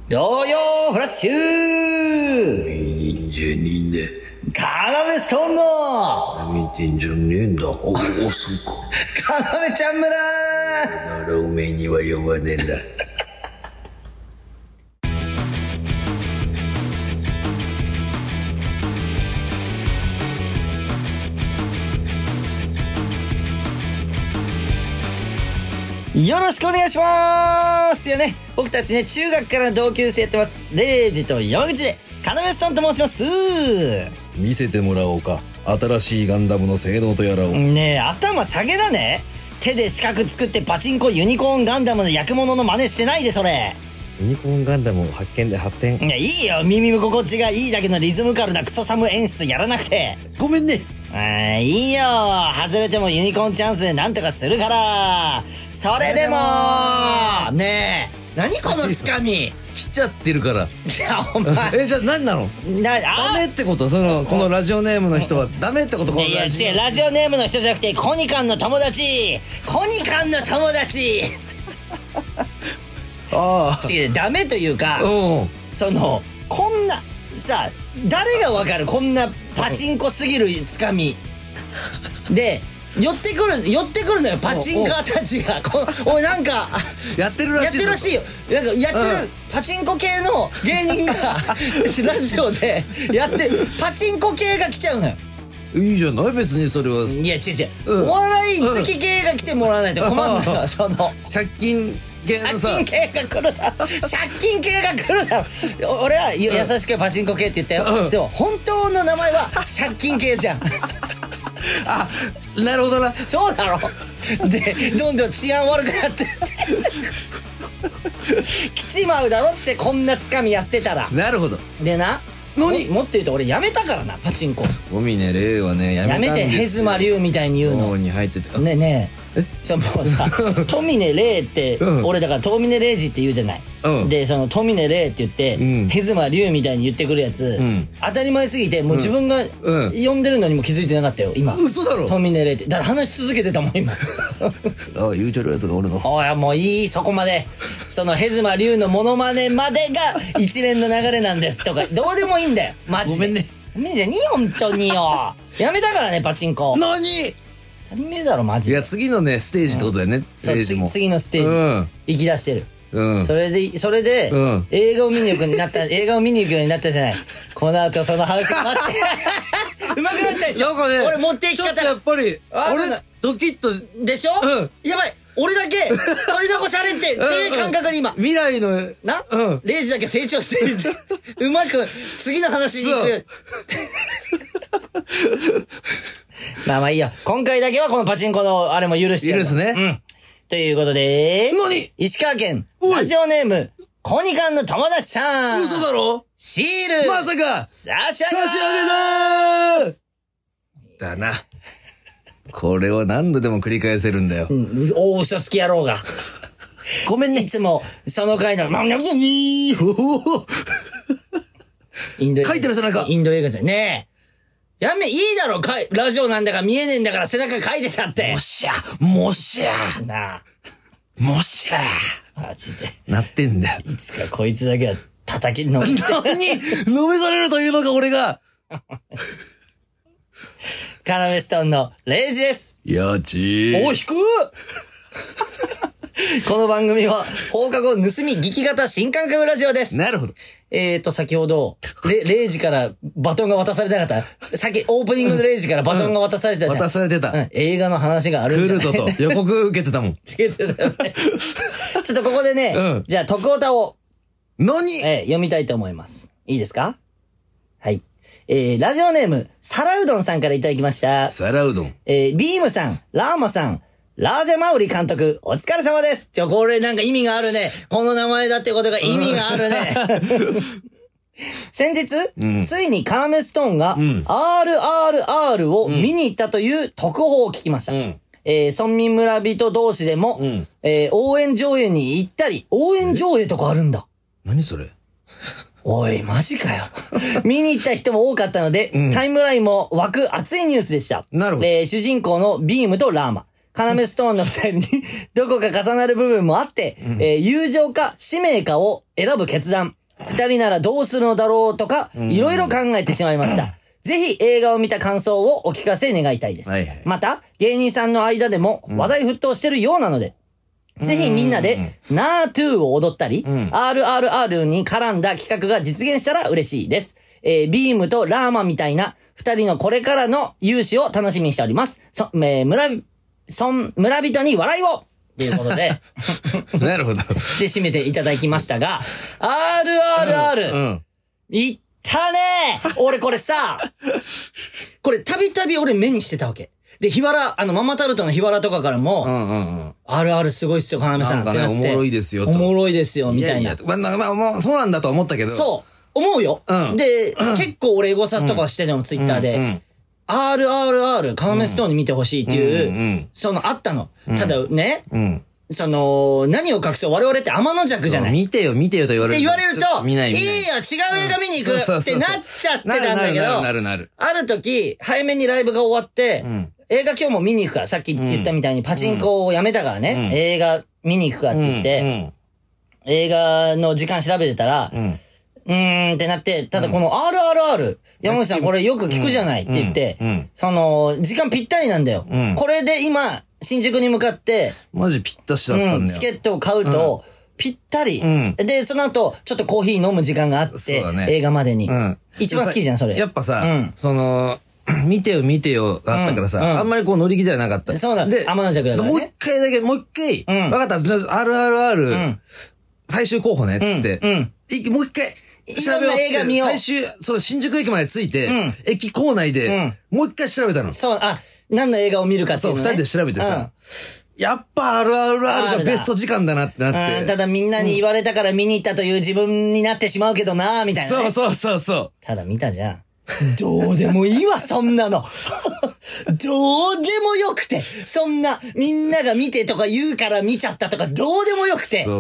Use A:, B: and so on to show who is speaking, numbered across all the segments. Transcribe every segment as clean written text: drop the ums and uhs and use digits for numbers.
A: 童謡フラッシュ
B: いいんじゃねえんだ。
A: カナメストーンの
B: 見てんじゃねえんだ。そうか。
A: カナメちゃん村
B: ならおめえには呼ばねえんだ。
A: よろしくお願いしますよね。僕たちね、中学からの同級生やってます。レイジと山口で、カナメストーンと申します。
B: 見せてもらおうか。新しいガンダムの性能とやらを。
A: ねえ、頭下げだね。手で四角作ってパチンコユニコーンガンダムの役物の真似してないで、それ。
B: ユニコーンガンダムを発見で発展。
A: いや、いいよ。耳心地がいいだけのリズムカルなクソサム演出やらなくて。
B: ごめんね。
A: いいよ。外れてもユニコーンチャンスでなんとかするから。それでもねえ、何このつかみ。
B: 来ちゃってるから。
A: いや、お前。
B: じゃあ何なの？ダメってこと？このラジオネームの人はダメってこと？
A: いや、違う、ラジオネームの人じゃなくて、コニカンの友達。コニカンの友達。
B: ああ。
A: 違う、ダメというか、こんな、さ、誰がわかる？こんなパチンコすぎるつかみ。で、寄ってくるのよ、パチンカーたちが。おい、なんか、
B: やってるらしい。
A: やってるらしいよ。なんか、やってる、パチンコ系の芸人が、ラジオで、やって、パチンコ系が来ちゃうのよ。
B: いいじゃない、別にそれは。
A: いや、違う。お笑い好き系が来てもらわないと困るのよ、
B: 借金系のさ。
A: 借金系が来るだろ。借金系が来るだろ。俺は優しくパチンコ系って言ったよ。でも、本当の名前は借金系じゃん。
B: あ、なるほどな。
A: そうだろ。で、どんどん治安悪くなってって。来ちまうだろっつってこんなつかみやってたら。
B: なるほど。
A: でな。もっと言うと俺やめたからな、パチンコ。
B: ゴミね、レイはね、やめて。
A: ヘズマリュウみたいに言うの。
B: そうに入ってて。
A: ねえ。もうさ、トミネレイって、俺だからトミネレイジって言うじゃない。で、トミネレイって言って、ヘズマリュウみたいに言ってくるやつ、当たり前すぎて、もう自分が呼んでるのにも気づいてなかったよ、今。
B: 嘘だろ。
A: トミネレイって。だから話し続けてたもん、今。
B: ああ、言うちゃるやつが俺の。
A: おい、もういい、そこまで。ヘズマリュウのモノマネまでが一連の流れなんですとか、どうでもいいんだよ、マジで。
B: ごめんね。
A: ごめんじゃねえ、本当によ。やめたからね、パチンコ。
B: 何？
A: 当たり前だろ、マジで。
B: いや、次のね、ステージってことだよね。
A: そう、次のステージ。行き出してる。それで、映画を見に行くようになったじゃない。この後その話が待って。うまくなったでしょ。
B: なんかね、
A: 俺持っていき方。
B: ちょっとやっぱり、俺、ドキッと。
A: でしょ？やばい。俺だけ取り残されてっていう感覚に今。
B: 未来の、
A: レイジだけ成長してる。うまく、次の話に行く。まあいいや。今回だけはこのパチンコのあれも許してやる。
B: 許すね。
A: ということで、
B: 何？
A: 石川県、ラジオネーム、コニカンの友達さん。
B: 嘘だろ？
A: シール。
B: まさか
A: 差し上げ
B: ます。だな。これを何度でも繰り返せるんだよ。
A: 大嘘つき野郎が。ごめんね。いつも、その回の、書
B: いてる背中。
A: インド映画じゃん。ねえ。いいだろ、ラジオなんだから見えねえんだから背中書いてたって。
B: もしゃ。
A: なあ。
B: もしゃ。
A: マジで。
B: なってんだよ。
A: いつかこいつだけは叩きのめ
B: 飲めされるというのか、俺が。
A: カナメストーンのレイジです。
B: やちー。
A: お、引くこの番組は放課後盗み聞き型新感覚ラジオです。
B: なるほど。
A: 先ほど、レイジからバトンが渡されてなかった。オープニングのレイジからバトンが渡されてたじゃん。
B: 渡されてた。
A: 映画の話があるんじゃない？
B: 来るぞと予告受けてたもん。
A: つけてたよね。ちょっとここでね、じゃあ、徳歌を。読みたいと思います。いいですか？はい。ラジオネーム、皿うどんさんからいただきました。
B: 皿うどん。
A: ビームさん、ラーマさん、ラージャマウリ監督、お疲れ様です。これなんか意味があるね。この名前だってことが意味があるね。先日、ついにカナメストーンが、RRR を見に行ったという特報を聞きました。村民村人同士でも、応援上映に行ったり、応援上映とかあるんだ。
B: 何それ？
A: おい、マジかよ。見に行った人も多かったので、タイムラインも湧く熱いニュースでした。
B: なるほど。
A: 主人公のビームとラーマ。 要ストーンの二人にどこか重なる部分もあって、友情か使命かを選ぶ決断。二人ならどうするのだろうとか、いろいろ考えてしまいました。ぜひ映画を見た感想をお聞かせ願いたいです。はいはい、また、芸人さんの間でも話題沸騰してるようなので、ぜひみんなで、ナートゥーを踊ったり、RRR に絡んだ企画が実現したら嬉しいです。ビームとラーマみたいな二人のこれからの勇姿を楽しみにしております。村人に笑いをということで。
B: なるほど。で、
A: 締めていただきましたが、RRR、行ったねー俺これさ、これたびたび俺目にしてたわけ。で、ママタルトの日原とかからも、RR すごいっすよ、要さんってなって。
B: なんかね、おもろいですよと。
A: おもろいですよ、みたいな。
B: まあ、そうなんだと思ったけど。
A: そう。思うよ。で、結構俺エゴサスとかしててもツイッターで、RRR、要ストーンに見てほしいっていう、あったの。ただね、何を隠そう、我々って天の弱じゃない。
B: 見てよと言われる。
A: って言われると、いいよ、違う映画見に行くってなっちゃってたんだけど、ある時、早めにライブが終わって、映画今日も見に行くから、さっき言ったみたいにパチンコをやめたからね、映画見に行くかって言って、映画の時間調べてたら、ってなって、ただこの RRR、山口さんこれよく聞くじゃないって言って、時間ぴったりなんだよ。これで今、新宿に向かって、
B: マジぴったしだったんだよ。
A: チケットを買うと、ぴったり。で、その後、ちょっとコーヒー飲む時間があって、映画までに。一番好きじゃん、それ。
B: やっぱさ、見てよ、あったからさ、あんまりこう乗り気じゃなかった。
A: そうだ。で、天の弱だからね。
B: もう一回、わかった、RRR、最終候補ね、つって。もう一回、調べようって。最終、新宿駅まで着いて、駅構内で、もう一回調べたの。
A: そう、何の映画を見るかっていうのね。
B: そう、二人で調べてさ、やっぱ RRR がベスト時間だなってなって。
A: ただみんなに言われたから見に行ったという自分になってしまうけどなみたいな、ね。
B: そう。
A: ただ見たじゃん。どうでもいいわ、そんなの。どうでもよくて。そんな、みんなが見てとか言うから見ちゃったとか、どうでもよくて。
B: そう。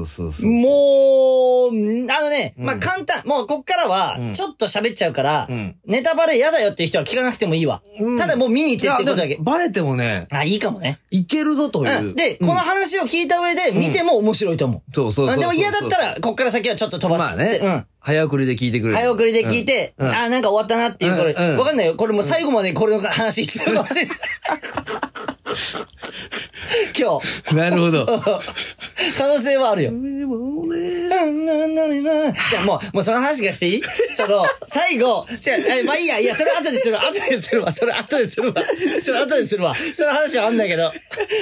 A: もう、まあ、簡単。もう、こっからは、ちょっと喋っちゃうから、ネタバレ嫌だよっていう人は聞かなくてもいいわ。ただもう見に行ってってことだけ。
B: バレてもね。
A: いいかもね。
B: いけるぞという。
A: で、この話を聞いた上で、見ても面白いと思う。
B: そう。
A: でも嫌だったら、こっから先はちょっと飛ばして。まあね。
B: 早送りで聞いてくれる。
A: 早送りで聞いて、なんか終わったなっていう、これ、わかんないよ。これもう最後までこれの話言ってるかもしれない。今日。
B: なるほど。
A: 可能性はあるよ。じゃあもうその話がしていい？最後、まあいいや、それ後でするわ。その話はあんだけど、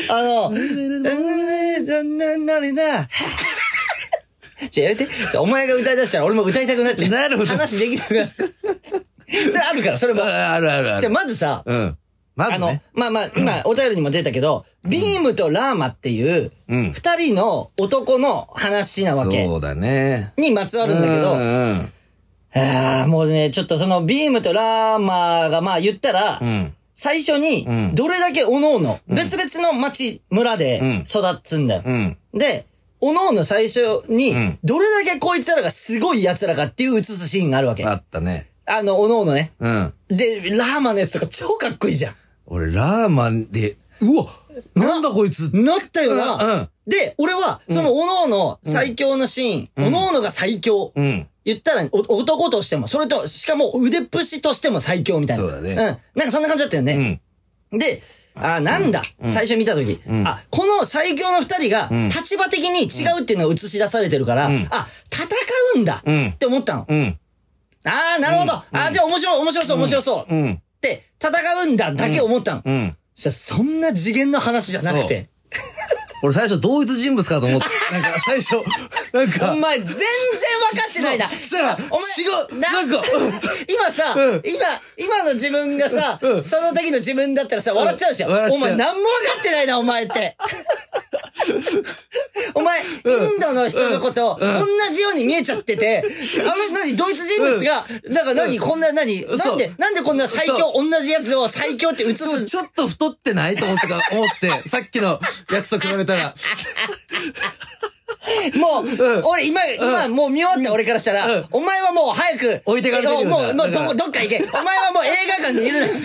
A: やめて。お前が歌い出したら俺も歌いたくなっちゃう。
B: なるほど。
A: 話できなくなる。それあるから、それも。
B: ある。
A: じゃあまずさ、
B: まずね。
A: まあ、今、お便りにも出たけど、ビームとラーマっていう、二人の男の話なわけ。
B: そうだね。
A: にまつわるんだけど、もうね、ちょっとそのビームとラーマがまあ言ったら、最初に、どれだけ各々、別々の村で育つんだよ。で、各々最初に、どれだけこいつらがすごい奴らかっていう映すシーンがあるわけ。
B: あったね。
A: 各々ね。で、ラーマのやつとか超かっこいいじゃん。
B: 俺、ラーマで、うわなんだこいつ
A: なったよな。で、俺は、その各々最強のシーン、各々が最強。言ったら、男としても、それと、しかも腕っぷしとしても最強みたいな。
B: そうだね。
A: なんかそんな感じだったよね。で、なんだ、最初見たとき。この最強の二人が、立場的に違うっていうのが映し出されてるから、戦うんだって思ったの。なるほど。じゃあ面白そう。で、戦うんだだけ思ったの。じゃあそんな次元の話じゃなくて。
B: 俺最初同一人物かと思って。なんか最初、なんか。
A: お前全然分かってないな。
B: したら、お前、違う、なんか。
A: 今さ、今の自分がさ、その時の自分だったらさ、笑っちゃうじゃん。お前何も分かってないな、お前って。お前、インドの人のこと、同じように見えちゃってて、同一人物が、こんななんでこんな最強、同じやつを最強って映す
B: ちょっと太ってないと思って、さっきのやつと比べたら。
A: もう、俺今もう見終わった俺からしたら、お前はもう早く、
B: 置いてかれてるんだ。
A: もうどっか行け。お前はもう映画館にいるなっていう。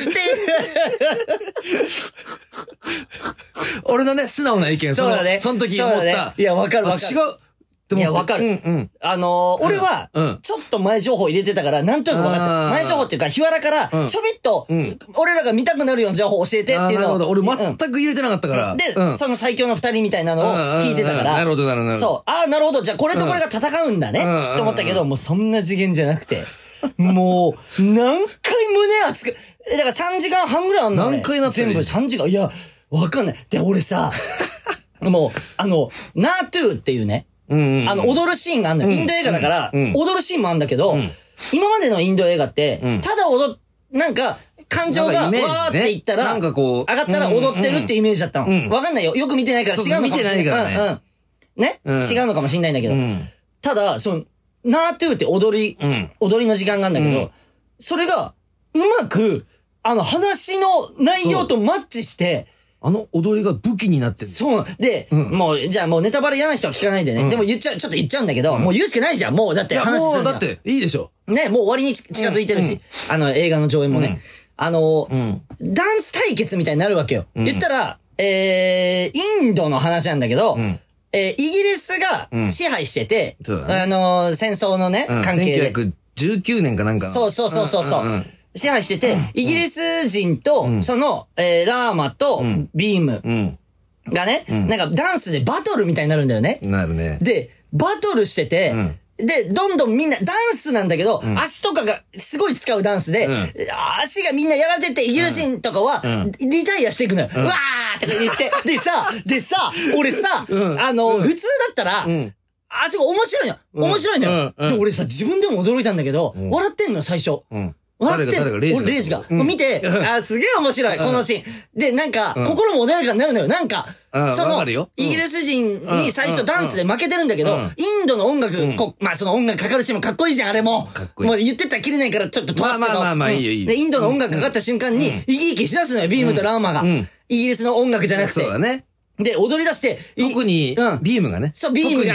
B: 俺のね、素直な意見。
A: そうだね。
B: その時思った。
A: いや、わかる。違う。いや、わかる。俺は、ちょっと前情報入れてたから、なんとなく分かった。前情報っていうか、日原から、ちょびっと、俺らが見たくなるような情報教えてっていうのを。
B: なるほど。俺全く入れてなかったから。
A: で、その最強の二人みたいなのを聞いてたから。
B: なるほど、なるほど。
A: そう。なるほど。じゃあこれとこれが戦うんだね。と思ったけど、もうそんな次元じゃなくて。もう、何回胸熱く、だから3時間半ぐらいあんの。
B: 何回なって
A: 全部3時間。いや、わかんない。で、俺さ、もう、ナートゥーっていうね、踊るシーンがあんのよ。インド映画だから、踊るシーンもあんだけど、今までのインド映画って、ただなんか、感情がわーっていったら、上がったら踊ってるってイメージだったの。わかんないよ。よく見てないから違うのかもしれない。見てないからね。違うのかもしれないんだけど。ただ、ナートゥーって踊りの時間があるんだけど、それが、うまく、話の内容とマッチして、
B: 踊りが武器になってる。
A: そう。で、もう、じゃあもうネタバレ嫌な人は聞かないでね。でもちょっと言っちゃうんだけど、もう言うしかないじゃん。もうだって話する。
B: もうだって、いいでしょ。
A: ね、もう終わりに近づいてるし、映画の上映もね。ダンス対決みたいになるわけよ。言ったら、インドの話なんだけど、イギリスが支配してて、戦争のね、関係で。
B: 1919年かなんか。
A: そう。支配してて、イギリス人と、ラーマとビームがね、なんかダンスでバトルみたいになるんだよね。
B: なるね。
A: で、バトルしてて、で、どんどんみんな、ダンスなんだけど、足とかがすごい使うダンスで、足がみんなやられてて、イギリス人とかは、リタイアしていくのよ。うわーとか言って、でさ、俺さ、普通だったら、そこ面白いの。面白いのよ。で、俺さ、自分でも驚いたんだけど、笑ってんの、最初。
B: 誰が
A: レイジが。見て、すげえ面白い、このシーン。で、なんか、心も穏やかになるのよ。なんか、イギリス人に最初ダンスで負けてるんだけど、インドの音楽、その音楽かかるシーンもかっこいいじゃん、あれも。もう言ってたら切れないからちょっと飛ばすけど。
B: まあ、いいよ、いいよ。
A: で、インドの音楽かかった瞬間に、生き生きしだすのよ、ビームとラーマが。イギリスの音楽じゃなくて。
B: そうだね。
A: で、踊り出して、
B: 特に、ビームがね。
A: そう、ビームが、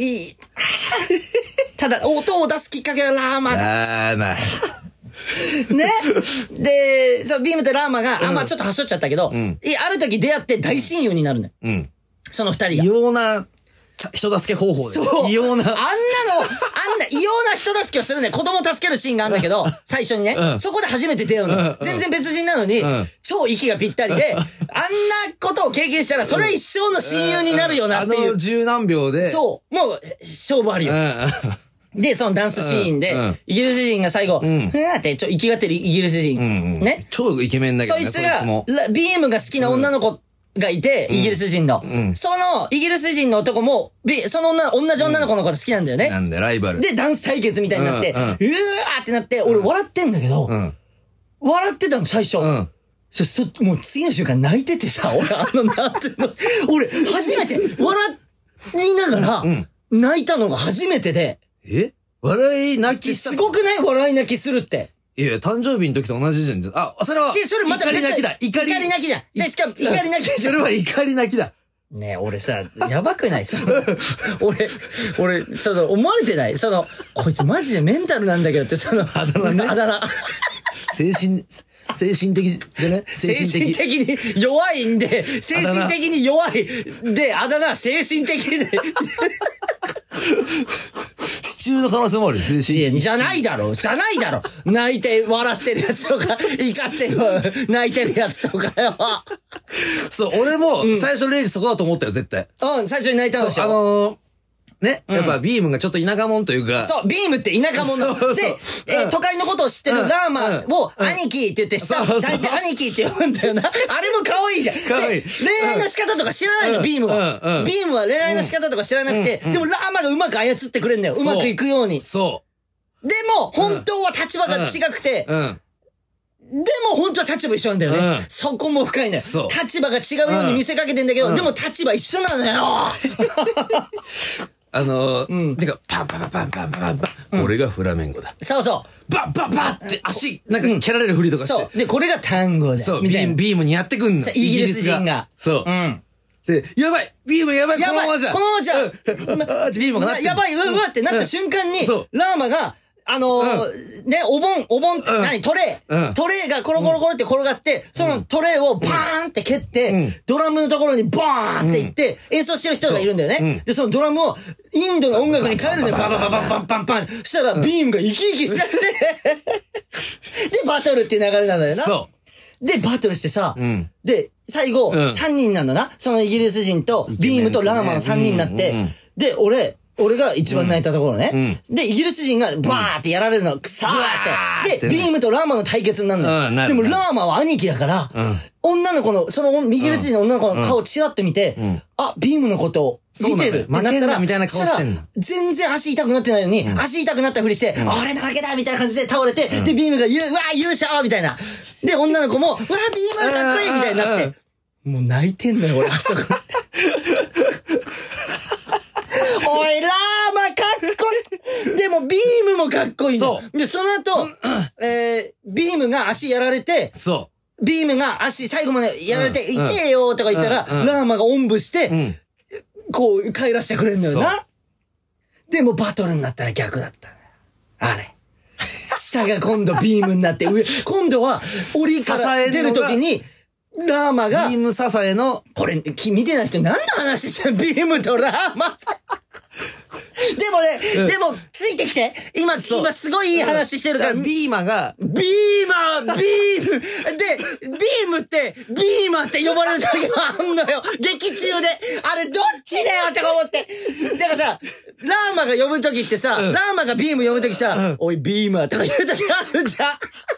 A: ただ、音を出すきっかけはラーマ。
B: まあ。
A: ねで、ビームとラーマが、ちょっとはしょっちゃったけど、ある時出会って大親友になるのよ。その二人が。
B: 異様な人助け方法で。
A: そう。
B: 異様な。
A: 異様な人助けをするね。子供助けるシーンがあるんだけど、最初にね。そこで初めて出会うの。全然別人なのに、超息がぴったりで、あんなことを経験したら、それは一生の親友になるよなっていう。
B: 十何秒で。
A: そう。もう、勝負あるよ。で、そのダンスシーンで、イギリス人が最後、ふーって生きがってるイギリス人。ね。
B: 超イケメンだけどね。
A: そいつが、ビームが好きな女の子がいて、イギリス人の。その、イギリス人の男も、その同じ女の子のこと好きなんだよね。
B: なんだよ、ライバル。
A: で、ダンス対決みたいになって、うわーってなって、俺笑ってんだけど、笑ってたの、最初。もう次の瞬間泣いててさ、俺、初めて、笑いながら、泣いたのが初めてで、
B: 笑い泣きした。
A: すごくない笑い泣きするって。
B: いや、誕生日の時と同じじゃん。それは、
A: それまた
B: 怒り泣きだ。
A: 怒り泣きじゃん。で、しかも怒り泣きじゃん。
B: それは怒り泣きだ。
A: ねえ、俺さ、やばくない俺、思われてないこいつマジでメンタルなんだけどって、
B: あだ名。精神的じゃね
A: 精神的に弱いんで、精神的に弱いで、あだ名精神的で。
B: 支柱の可能性もある、精神的。
A: じゃないだろ。泣いて笑ってるやつとか、怒って泣いてるやつとかよ。
B: そう、俺も最初レイジそこだと思ったよ、絶対。
A: 最初に泣いたんでしょ。
B: ね、やっぱビームがちょっと田舎者というか。
A: そう、ビームって田舎者。で、都会のことを知ってるラーマを兄貴って言って大体兄貴って呼ぶんだよな。あれも可愛いじゃん。
B: 可愛い。
A: 恋愛の仕方とか知らないの、ビームは。ビームは恋愛の仕方とか知らなくて、でもラーマがうまく操ってくれんだよ。うまくいくように。
B: そう。
A: でも、本当は立場が違くて、でも本当は立場一緒なんだよね。そこも深いんだよ。立場が違うように見せかけてんだけど、でも立場一緒なんだよ。
B: てか、パンパンパンパンパンパン。これがフラメンゴだ。
A: そうそう。
B: バッバッバッって足、なんか蹴られるふりとかして。
A: そう。で、これが単語だ。
B: そう、ビームにやってくんの。
A: イギリス人が。
B: そう。 で、やばいビームやばいこのままじゃ
A: このままじゃ
B: ビームがなって
A: やばい、うわってなった瞬間に、ラーマが、ね、お盆って、トレーがコロコロコロって転がって、そのトレーをバーンって蹴って、ドラムのところにバーンって行って、演奏してる人がいるんだよね。で、そのドラムをインドの音楽に変えるんだよ。バンバンバンバンバンバンバン。したら、ビームが生き生きしだして、で、バトルっていう流れなんだよな。そう。で、バトルしてさ、で、最後、3人なんだな。そのイギリス人と、ビームとラーマの3人になって、で、俺が一番泣いたところね。で、イギリス人がバーってやられるの、くさーって。で、ビームとラーマの対決になるのよ。でもラーマは兄貴だから、女の子の、そのイギリス人の女の子の顔をチラッと見て、あ、ビームのことを見てるってなったら、
B: みたいな顔してんの。
A: 全然足痛くなってないのに、足痛くなったふりして、俺の負けだみたいな感じで倒れて、で、ビームがうわ、優勝みたいな。で、女の子も、うわ、ビームかっこいいみたいになって、もう泣いてんのよ、俺、あそこ。おい、ラーマかっこいい。でも、ビームもかっこいいの。で、その後、ビームが足やられて、ビームが足最後までやられて、痛えよとか言ったら、ラーマがおんぶして、こう、帰らせてくれるんだよな。でも、バトルになったら逆だった。あれ。下が今度ビームになって、今度は、檻から出るときに、ラーマが、
B: ビーム支えの、
A: これ、見てない人何の話してんビームとラーマ。でもね、でも、ついてきて。今すごいいい話してるから。
B: ビームが、
A: ビームで、ビームって、ビーマーって呼ばれる時もあんのよ。劇中で。あれ、どっちだよって思って。だからさ、ラーマが呼ぶ時ってさ、ラーマがビーム呼ぶ時さ、おい、ビーマーとか言う時あるじゃん。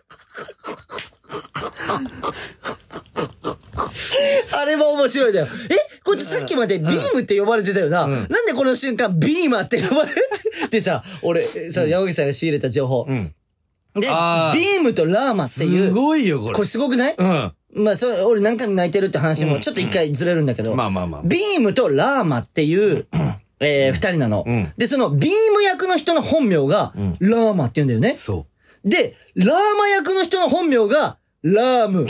A: あれも面白いだよ。こいつさっきまでビームって呼ばれてたよな。なんでこの瞬間ビーマーって呼ばれてでさ、俺、山口さんが仕入れた情報。で、ビームとラーマっていう。
B: すごいよ、これ。
A: これすごくない？まあ、俺何回も泣いてるって話もちょっと一回ずれるんだけど。ビームとラーマっていう、二人なの。で、そのビーム役の人の本名が、ラーマって言うんだよね。
B: そう。
A: で、ラーマ役の人の本名が、ラーム。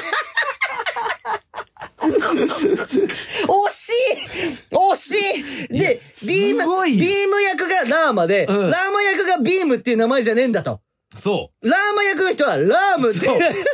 A: 惜しいで、ビーム役がラーマで、ラーマ役がビームっていう名前じゃねえんだと。
B: そう。
A: ラーマ役の人はラームって。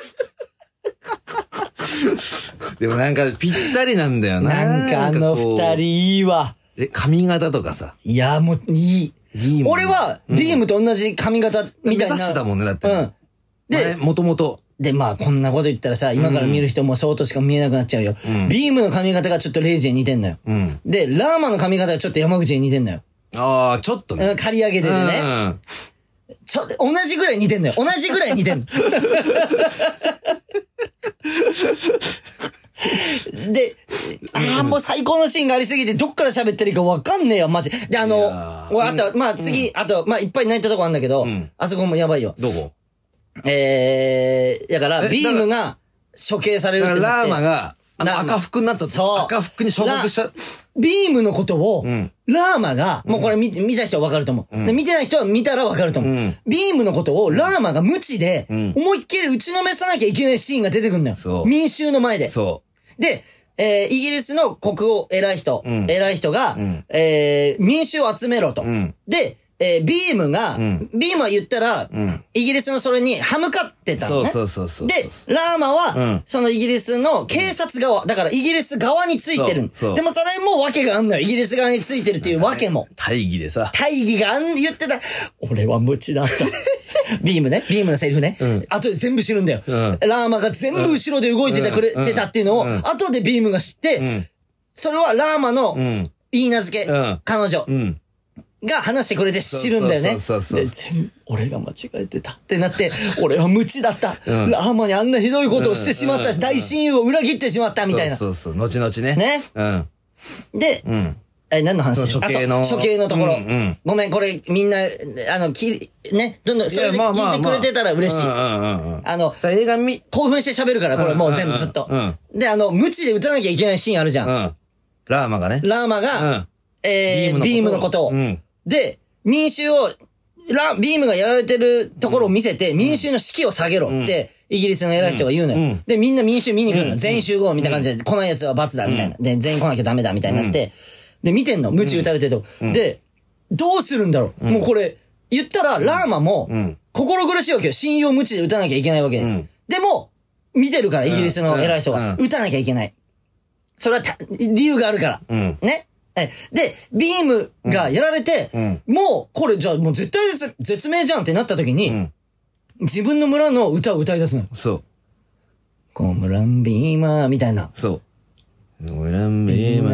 B: でもなんかぴったりなんだよな。
A: なんかあの二人いいわ。
B: 髪型とかさ。
A: いや、もういい。俺は、ビームと同じ髪型みたいな。
B: 目指したもんね、だって。で、もともと。
A: で、まあ、こんなこと言ったらさ、今から見る人もそうとしか見えなくなっちゃうよ。ビームの髪型がちょっとレイジに似てんのよ。で、ラーマの髪型がちょっと山口に似てんのよ。
B: ああ、ちょっとね。
A: 刈り上げてるね。同じぐらい似てんのよ。同じぐらい似てんの。で、もう最高のシーンがありすぎて、どっから喋ってるかわかんねえよ、マジ。で、あと、まあ次、あと、まあいっぱい泣いたとこあるんだけど、あそこもやばいよ。
B: どこ？
A: だから、ビームが処刑されるってなって。
B: ラーマが、赤服になった。
A: そう。
B: 赤服に昇格した。
A: ビームのことを、ラーマが、もうこれ見た人はわかると思う。見てない人は見たらわかると思う。ビームのことをラーマが無知で、思いっきり打ちのめさなきゃいけないシーンが出てくるんだよ。民衆の前で。そう。で、イギリスの国王、偉い人が、民衆を集めろと。で、ビームは言ったら、イギリスのそれに歯向かってたのね。そう。で、ラーマは、そのイギリスの警察側、だからイギリス側についてる。でもそれも訳があんのよ。イギリス側についてるっていう訳も。
B: 大義でさ。
A: 大義が言ってた。俺は無知だった。ビームのセリフね。後で全部知るんだよ。ラーマが全部後ろで動いてくれてたっていうのを、後でビームが知って、それはラーマの言い名付け、彼女。が話してくれて知るんだよね。で、俺が間違えてたってなって、俺は無知だった。ラーマにあんなひどいことをしてしまったし、大親友を裏切ってしまったみたいな。
B: 後々ね。
A: ね。で、何の話？
B: 処刑
A: のところ。ごめん、これみんな、どんどんそれで聞いてくれてたら嬉しい。映画興奮して喋るから、これもう全部ずっと。で、無知で撃たなきゃいけないシーンあるじゃん。
B: ラーマが、
A: ビームのことを。で、民衆を、ビームがやられてるところを見せて、民衆の士気を下げろってイギリスの偉い人が言うのよ。で、みんな民衆見に来るの。全員集合みたいな感じで、来ない奴は罰だ、みたいな。で、全員来なきゃダメだ、みたいになって。で、見てんの。鞭打たれてると。で、どうするんだろう。もうこれ、言ったら、ラーマも、心苦しいわけよ。信用無知で打たなきゃいけないわけ。でも、見てるから、イギリスの偉い人が。打たなきゃいけない。それは理由があるから。ね。で、ビームがやられて、もう、これじゃあもう絶対絶命じゃんってなった時に、自分の村の歌を歌い出すの。
B: そう。
A: コムランビーマーみたいな。
B: そう。コムランビーマ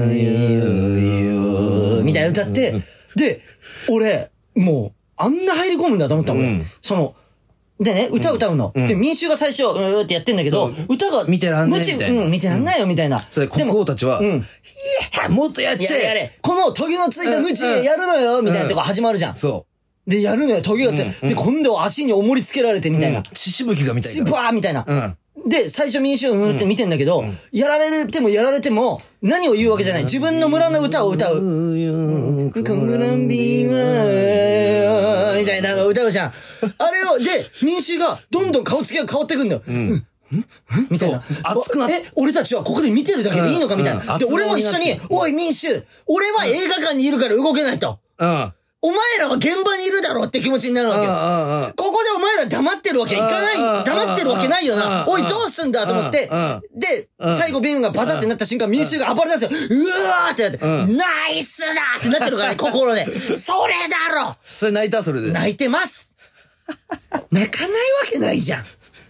B: ー
A: みたいな歌って、で、俺、もう、あんな入り込むんだと思ったもん。でね、歌歌うの。で、民衆が最初、ってやってんだけど、歌が、
B: 見てらんないみたいな。
A: 見てらんないよ、みたいな。
B: それ、国王たちは、いや、もっとやっちゃえ。
A: やれ。このトゲのついたムチやるのよ、みたいなとこ始まるじゃん。
B: そう。
A: で、やるのよ、トゲがついて。で、今度は足に重りつけられて、みたいな。
B: 血しぶきがみたいな。
A: バーみたいな。で、最初民衆って見てんだけど、やられてもやられても、何を言うわけじゃない。自分の村の歌を歌う。コムランビーマーみたいなのを歌うじゃん。あれを、で、民衆がどんどん顔つきが変わってくんだよ。みたいな。
B: 熱くなって。
A: 俺たちはここで見てるだけでいいのかみたいな。で、俺も一緒に、おい民衆、俺は映画館にいるから動けないと。お前らは現場にいるだろうって気持ちになるわけよ。ここでお前ら黙ってるわけいかない、黙ってるわけないよな。おい、どうすんだと思って、で、最後ビームがバタってなった瞬間、民衆が暴れ出すよ。うわーってなって、ナイスだってなってるからね、心で。それだろ。
B: それ泣いたそれで。
A: 泣いてます。泣かないわけないじゃん。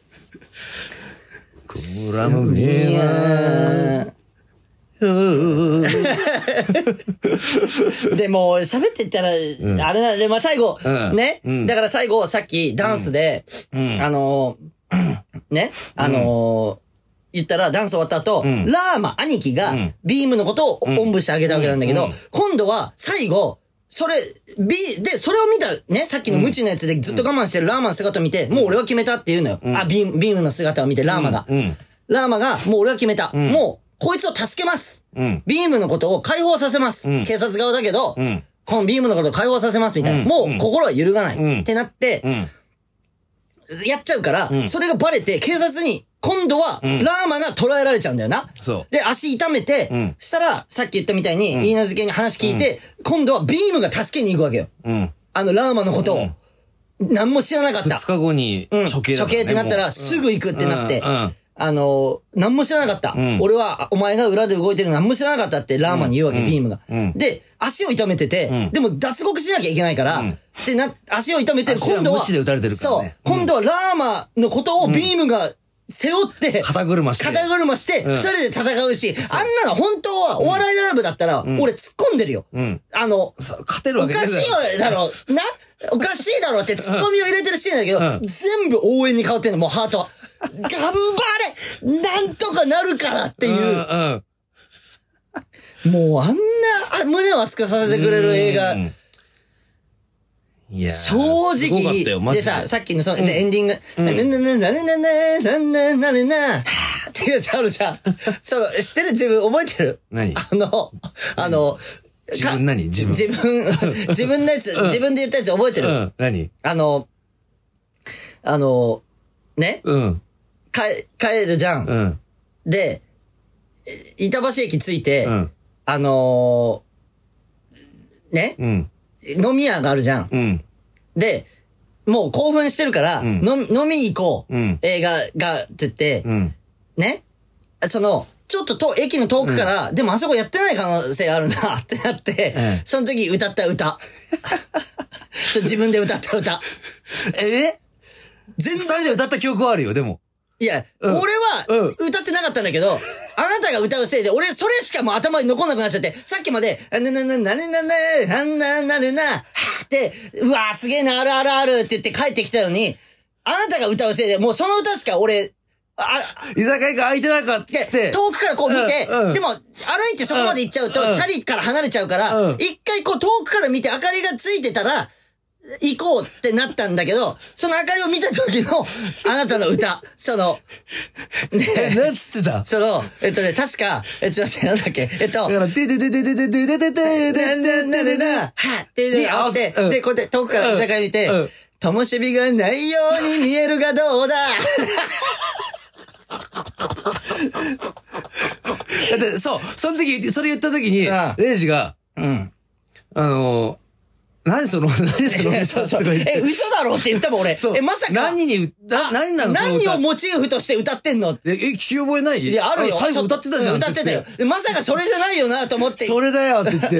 B: コムランビーマー。
A: でも喋ってったら、あれだ、で、まあ、最後、ね、だから最後、さっきダンスで、ね、言ったらダンス終わった後、ラーマ、兄貴が、ビームのことをおんぶしてあげたわけなんだけど、今度は最後、それを見た、ね、さっきの無知のやつでずっと我慢してるラーマの姿を見て、もう俺は決めたって言うのよ。ビームの姿を見て、ラーマが。ラーマが、もう俺は決めた。もう、こいつを助けます。ビームのことを解放させます。警察側だけど、このビームのことを解放させますみたいな。もう心は揺るがない。ってなって、やっちゃうから、それがバレて警察に、今度は、ラーマが捕らえられちゃうんだよな。で、足痛めて、したら、さっき言ったみたいに、言い名付けに話聞いて、今度はビームが助けに行くわけよ。ラーマのことを。何も知らなかった。
B: 2日後に処刑
A: ってなったら、すぐ行くってなって、何も知らなかった。俺は、お前が裏で動いてるの何も知らなかったってラーマに言うわけ、ビームが。で、足を痛めてて、でも脱獄しなきゃいけないから、足を痛めてる、今度は、
B: で打たれてるからね。
A: そう、今度はラーマのことをビームが背負って、
B: 肩車して、
A: 二人で戦うし、あんなの本当はお笑いライブだったら、俺突っ込んでるよ。勝
B: てるわけ
A: おかしいだろ、おかしいだろって突っ込みを入れてるシーンだけど、全部応援に変わってんの、もうハートは。頑張れなんとかなるからっていう。もうあんな胸を熱くさせてくれる映画。
B: いや
A: 正直。でさ、さっきのエンディング。っていうやつあるじゃん。そう、知ってる自分覚えてる
B: 何
A: 自分何自分のやつ、自分で言ったやつ覚えてる
B: 何
A: ね帰るじゃん。で、板橋駅着いて、ね飲み屋があるじゃん。で、もう興奮してるから、飲み行こう。映画が、って言って、ねちょっと駅の遠くから、でもあそこやってない可能性あるな、ってなって、その時歌った歌。自分で歌った歌。
B: 二人で歌った記憶はあるよ、でも。
A: いや、俺は、歌ってなかったんだけど、あなたが歌うせいで、俺、それしかもう頭に残んなくなっちゃって、さっきまで、って、うわーすげえな、あるって言って帰ってきたのに、あなたが歌うせいで、もうその歌しか俺、
B: 居酒屋が空いてなかった。
A: 遠くからこう見て、でも、歩いてそこまで行っちゃうと、チャリから離れちゃうから、一回こう遠くから見て明かりがついてたら、行こうってなったんだけど、その明かりを見た時の、あなたの歌、
B: なんつってた
A: 確か、ちょっと待って、なんだっけ、
B: だから、で
A: はって合わせて、で、こうやって遠くから居酒屋見て、 灯火がないように見えるがどうだ
B: だってそう、その時、それ言った時に、レイジが、何その
A: 嘘だろって言ったもん俺。まさか。
B: 何なの
A: 何をモチーフとして歌ってんの
B: 聞き覚えない？
A: いや、あるよ。
B: 最後歌ってたじゃん。
A: 歌ってたよ。まさかそれじゃないよなと思って。
B: それだよって言って。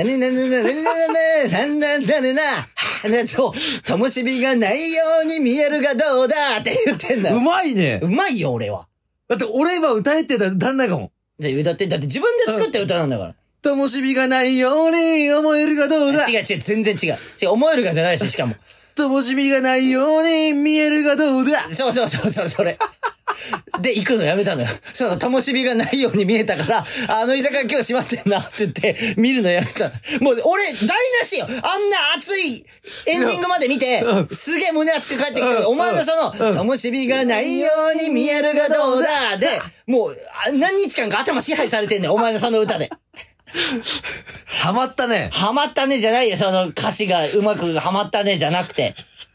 A: そう、灯火がないように見えるがどうだって言ってんだよ。
B: うまいね。
A: うまいよ、俺は。
B: だって俺今歌えってたら足んないかも。
A: じゃあ歌って、だって自分で作った歌なんだから。
B: 灯火がないように思えるがどうだ。
A: 違う、全然違う。思えるがじゃないし、しかも。
B: 灯火がないように見えるがどうだ。
A: それ。で、行くのやめたのよ。その、灯火がないように見えたから、あの居酒屋今日閉まってんなって言って、見るのやめたの。もう、俺、台無しよ。あんな熱いエンディングまで見て、すげえ胸熱く帰ってきたけど、お前のその、灯火がないように見えるがどうだで、もう、何日間か頭支配されてんねん、お前のその歌で。
B: ハマったね。
A: ハマったねじゃないよ、その歌詞がうまくハマったねじゃなくて。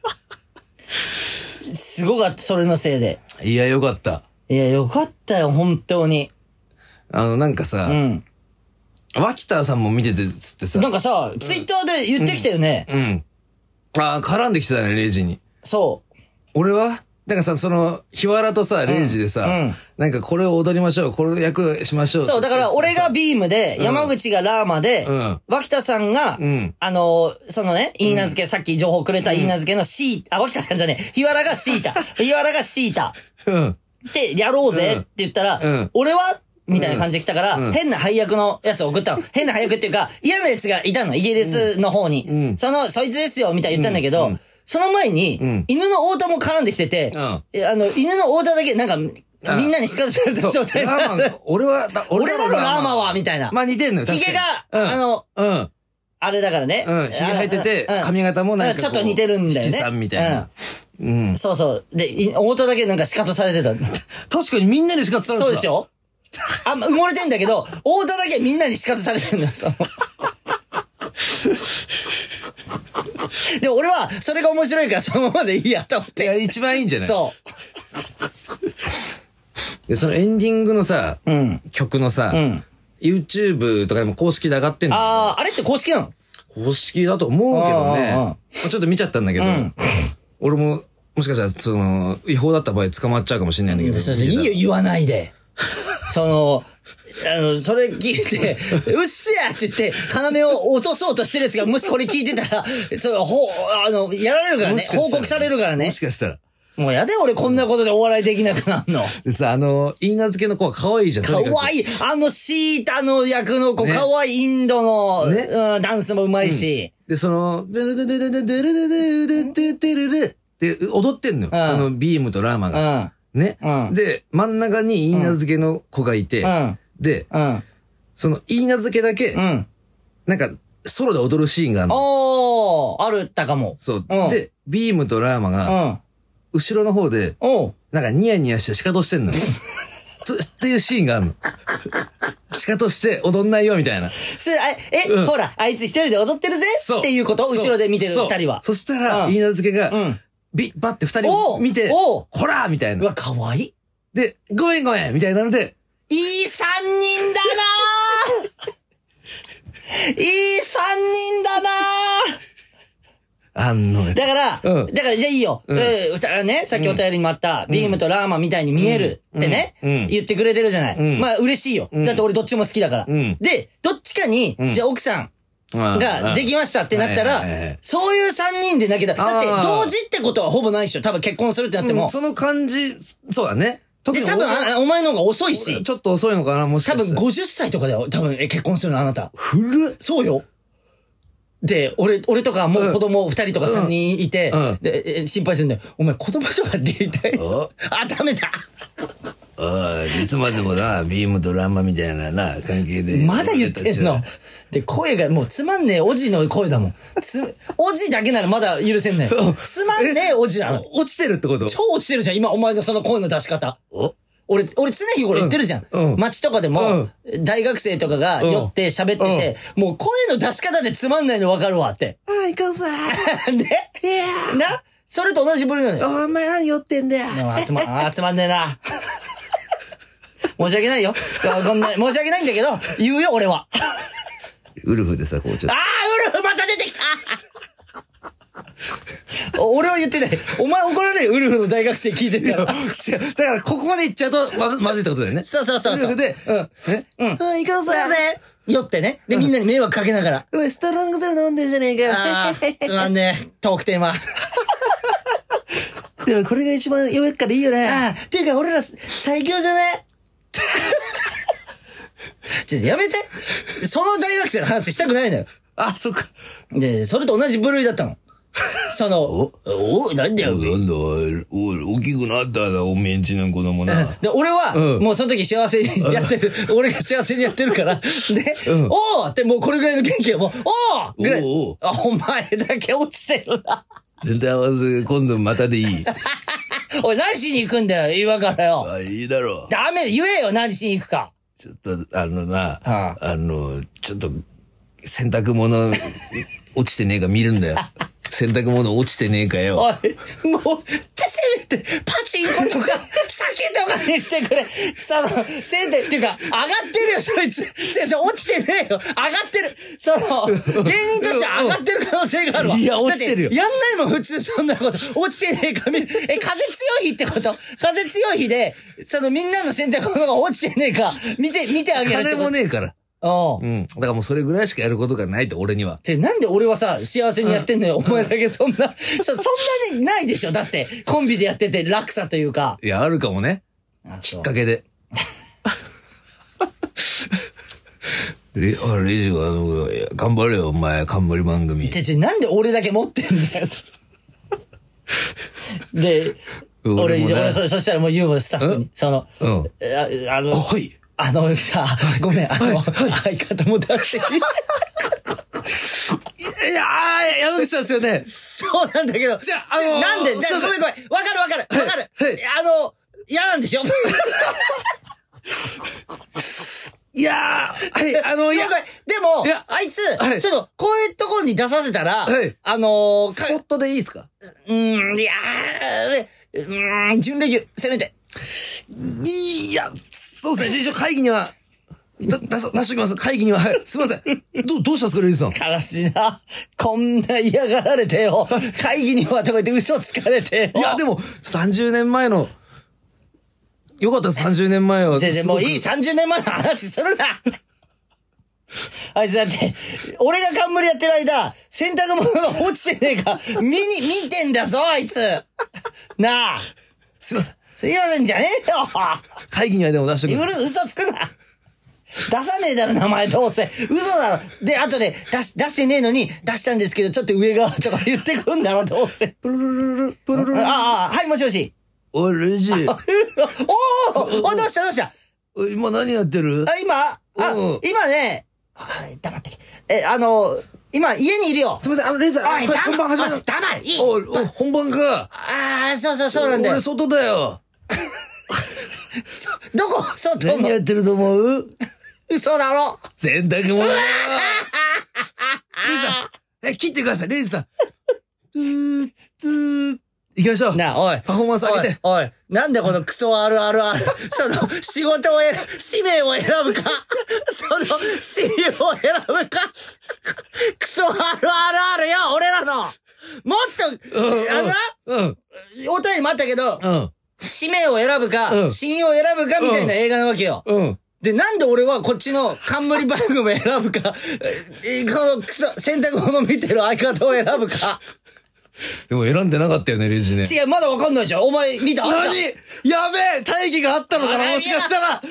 A: すごかった、それのせいで。
B: いや、よかった。
A: いや、よかったよ、本当に。
B: なんかさ、脇田さんも見ててつってさ。
A: なんかさ、ツイッターで言ってきたよね。
B: 絡んできてたね、レイジに。
A: そう。
B: 俺はなんかさ、その、日原とさ、レイジでさ、なんかこれを踊りましょう、これを役しましょう。
A: そう、だから俺がビームで、山口がラーマで、脇田さんが、そのね、言い名付け、さっき情報くれた言い名付けの脇田さんじゃねえ、日原がシータ。日原がシータ。で、やろうぜって言ったら、俺はみたいな感じで来たから、変な配役のやつを送ったの。変な配役っていうか、嫌なやつがいたの、イギリスの方に。そいつですよ、みたいな言ったんだけど、その前に、犬の太田も絡んできてて、犬の太田だけなんか、みんなに仕方された状態
B: 俺ら
A: のラーマは、みたいな。
B: まあ似てんのよ、
A: ヒゲが、あれだからね。
B: ヒゲ生えてて、髪型もなんか
A: ちょっと似てるんだよね。
B: 七三みたいな。
A: そうそう。で、太田だけなんか仕方されてた。
B: 確かにみんなに仕方されてた。
A: そうでしょ埋もれてんだけど、太田だけみんなに仕方されてんだよ、でも俺は、それが面白いからそのままでいいやと思って。
B: いや、一番いいんじゃない？
A: そう。
B: で、そのエンディングのさ、曲のさ、YouTube とかでも公式で上がってんの。
A: あれって公式なの？
B: 公式だと思うけどね。ちょっと見ちゃったんだけど、俺も、もしかしたら、その、違法だった場合捕まっちゃうかもしれないんだけど。
A: いいよ、言わないで。それ聞いて、うっしゃって言って、要を落とそうとしてるやつが、もしこれ聞いてたら、やられるからね。報告されるからね。
B: もしかしたら。
A: もうやで、俺こんなことでお笑いできなくなるの。
B: でさ、言い名付けの子は可愛いじゃん。
A: 可愛い。シータの役の子、可愛いインドの、ダンスもうまいし。
B: で、ドゥルドゥドゥドゥドゥルドゥドゥドゥドゥドゥルルで、踊ってんのよ。ビームとラーマが。ね。で、真ん中に言い名付けの子がいて、で、その言い名付けだけ、なんか、ソロで踊るシーンがあるの。
A: あるったかも。
B: そう。で、ビームとラーマが、後ろの方で、なんかニヤニヤして仕方してんのよ。っていうシーンがあるの。仕方して踊んないよみたいな。
A: ほら、あいつ一人で踊ってるぜっていうことを後ろで見てる二人は。
B: そしたら、言い名付けが、バッて二人を見て、ほらみたいな。
A: うわ、かわいい。
B: で、ごめんみたいなので、
A: いい三人だないい三人だなだから、じゃあいいよ。ね、さっきお便りにもあった、ビームとラーマみたいに見えるってね、言ってくれてるじゃない。まあ嬉しいよ。だって俺どっちも好きだから。で、どっちかに、じゃあ奥さんができましたってなったら、そういう3人でなきゃだって同時ってことはほぼないでしょ。多分結婚するってなっても。
B: その感じ、そうだね。
A: で、多分お前の方が遅いし。
B: ちょっと遅いのかな、もしかしたら。
A: 多分50歳とかだよ。多分結婚するのあなた。
B: 古っ。
A: そうよ。で、俺とかもう子供2人とか3人いて、で、心配するんだよ。お前子供とかでいたいダメだ。
B: いつまでもな、ビームとランマみたいなな、関係で。
A: まだ言ってんの。で、声がもうつまんねえおじの声だもん。おじだけならまだ許せんねん。つまんねえおじなの。
B: 落ちてるってこと？
A: 超落ちてるじゃん、今お前のその声の出し方。 俺常日頃言ってるじゃん。街とかでも、大学生とかが酔って喋ってて、もう声の出し方でつまんないの分かるわって。
B: いかんさ
A: で、なそれと同じ部類なのよ。
B: お前何酔ってんだよ。
A: つまんねえな。申し訳ないよ。申し訳ないんだけど、言うよ、俺は。
B: ウルフでさ、こうちょっと。
A: ウルフまた出てきた俺は言ってない。お前怒られるよ、ウルフの大学生聞いてたら。違
B: う。だからここまで行っちゃうとまずいってことだよね。
A: そう。ウル
B: フで、
A: いかんさ酔ってね。で、みんなに迷惑かけながら。
B: ストロングゼロ飲んでんじゃねえかよ。
A: つまんねえ。トークテーマ。
B: でもこれが一番よくからいいよね。
A: っていうか俺ら最強じゃねやめて。その大学生の話したくないのよ。
B: そっか。
A: で、それと同じ部類だったの。なんだよ。
B: なんだ、大きくなったな、おめんちの子供な。
A: で、俺は、もうその時幸せにやってる。俺が幸せにやってるから。で、おーってもうこれぐらいの元気はもう、おーぐらい。お前だけ落ちてるな。
B: ネタ合わせ、今度またでいい。
A: おい、何しに行くんだよ、今からよ。
B: いいだろう。
A: ダメ、言えよ、何しに行くか。
B: ちょっと、ちょっと、洗濯物、落ちてねえか見るんだよ。洗濯物落ちてねえかよ。
A: おい、もう、せめて、パチンコとか、酒とかにしてくれ。せめて、っていうか、上がってるよ、そいつ。先生、落ちてねえよ。上がってる。芸人として上がってる可能性があるわ。
B: いや、落ちてるよ。
A: やんないもん、普通そんなこと。落ちてねえか見る。風強い日ってこと？風強い日で、みんなの洗濯物が落ちてねえか、見てあげる。
B: 金もねえから。だからもうそれぐらいしかやることがないと、俺には。
A: なんで俺はさ、幸せにやってんのよ。お前だけそんなにないでしょ。だって、コンビでやってて落差というか。
B: いや、あるかもね。きっかけで。レイジが頑張れよ、お前、冠番組。
A: なんで俺だけ持ってんだよ。で、俺、そしたらもう言うもスタッフに。
B: はい。
A: さ、ごめん、相方も出して。
B: いや山口さんですよね。
A: そうなんだけど。じゃあ、なんでごめん。わかる。嫌なんでしょ
B: いやー、
A: でも、あいつ、こういうところに出させたら、スポ
B: ットでいいですか？
A: 準レギュ、せめて。
B: いや、そうですね。会議には、出しときます。会議には、はい。すみません。どうしたんですか、レイジさん。
A: 悲しいな。こんな嫌がられてよ。会議にはとか言って嘘つかれてよ。
B: いや、でも、30年前の、よかったです、30年前は。
A: もういい、30年前の話するな。あいつだって、俺が冠やってる間、洗濯物が落ちてねえか、見てんだぞ、あいつ。なあ。
B: すいません。
A: すいませんじゃねえよ。
B: 会議にはでも出しとく。
A: 嘘つくな。出さねえだろ、名前どうせ。嘘だろ。で、後で出してねえのに、出したんですけど、ちょっと上側とか言ってくんだろ、どうせ。プルルルル、プルルル。はい、もしもし。
B: おい、レジ。
A: どうした
B: 今何やってる？
A: 今ね、黙って。今、家にいるよ。
B: すみません、レイさん。本番始まる。
A: 黙る。いい。
B: 本番か。
A: そうなんだよ。
B: 俺、外だよ。
A: どこ？外？
B: 何やってると思う？
A: 嘘だろ。
B: 洗濯物だよ。レイさん、切ってください、レイさん。行きましょう。
A: なあ、おい。
B: パフォーマンス上げて。
A: おい。なんでこのクソあるあるある。仕事を使命を選ぶか。使命を選ぶか。クソあるあるあるよ、俺らの。もっと、お便りもあったけど、使命を選ぶか、親友を選ぶかみたいな映画なわけよ。で、なんで俺はこっちの冠番組を選ぶか、このクソ、洗濯物見てる相方を選ぶか。
B: でも選んでなかったよね、レジね。
A: 違う、まだわかんないじゃん。お前見た？
B: 何？やべえ！大義があったのかな、もしかしたら。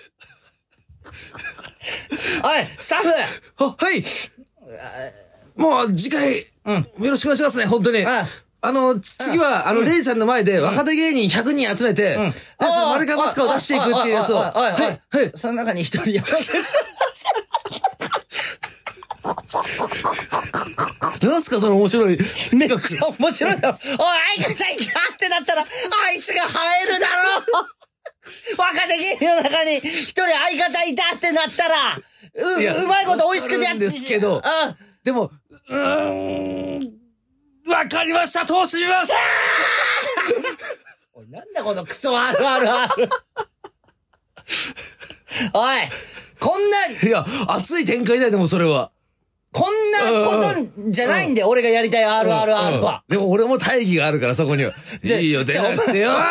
A: おい、スタッフ！
B: はい。もう次回、よろしくお願いしますね、本当に。次は、レイさんの前で若手芸人100人集めて、丸か×かを出していくっていうやつを。はい。
A: その中に一人やらせて。
B: なんすかその面白い。
A: めっちゃ面白いよ。おい、相方いたってなったら、あいつが生えるだろう。 若手芸人の中に一人相方いたってなったら、うまいこと美味しくやって
B: んですけど、でも、わかりました、通してみます。
A: おい、なんだこのクソあるあるある。おい、こんな。
B: いや、熱い展開だよ、でもそれは。
A: こんなことじゃないんだよ、俺がやりたい RRR は。
B: でも俺も大義があるから、そこには。いいよ、出なくてよーって。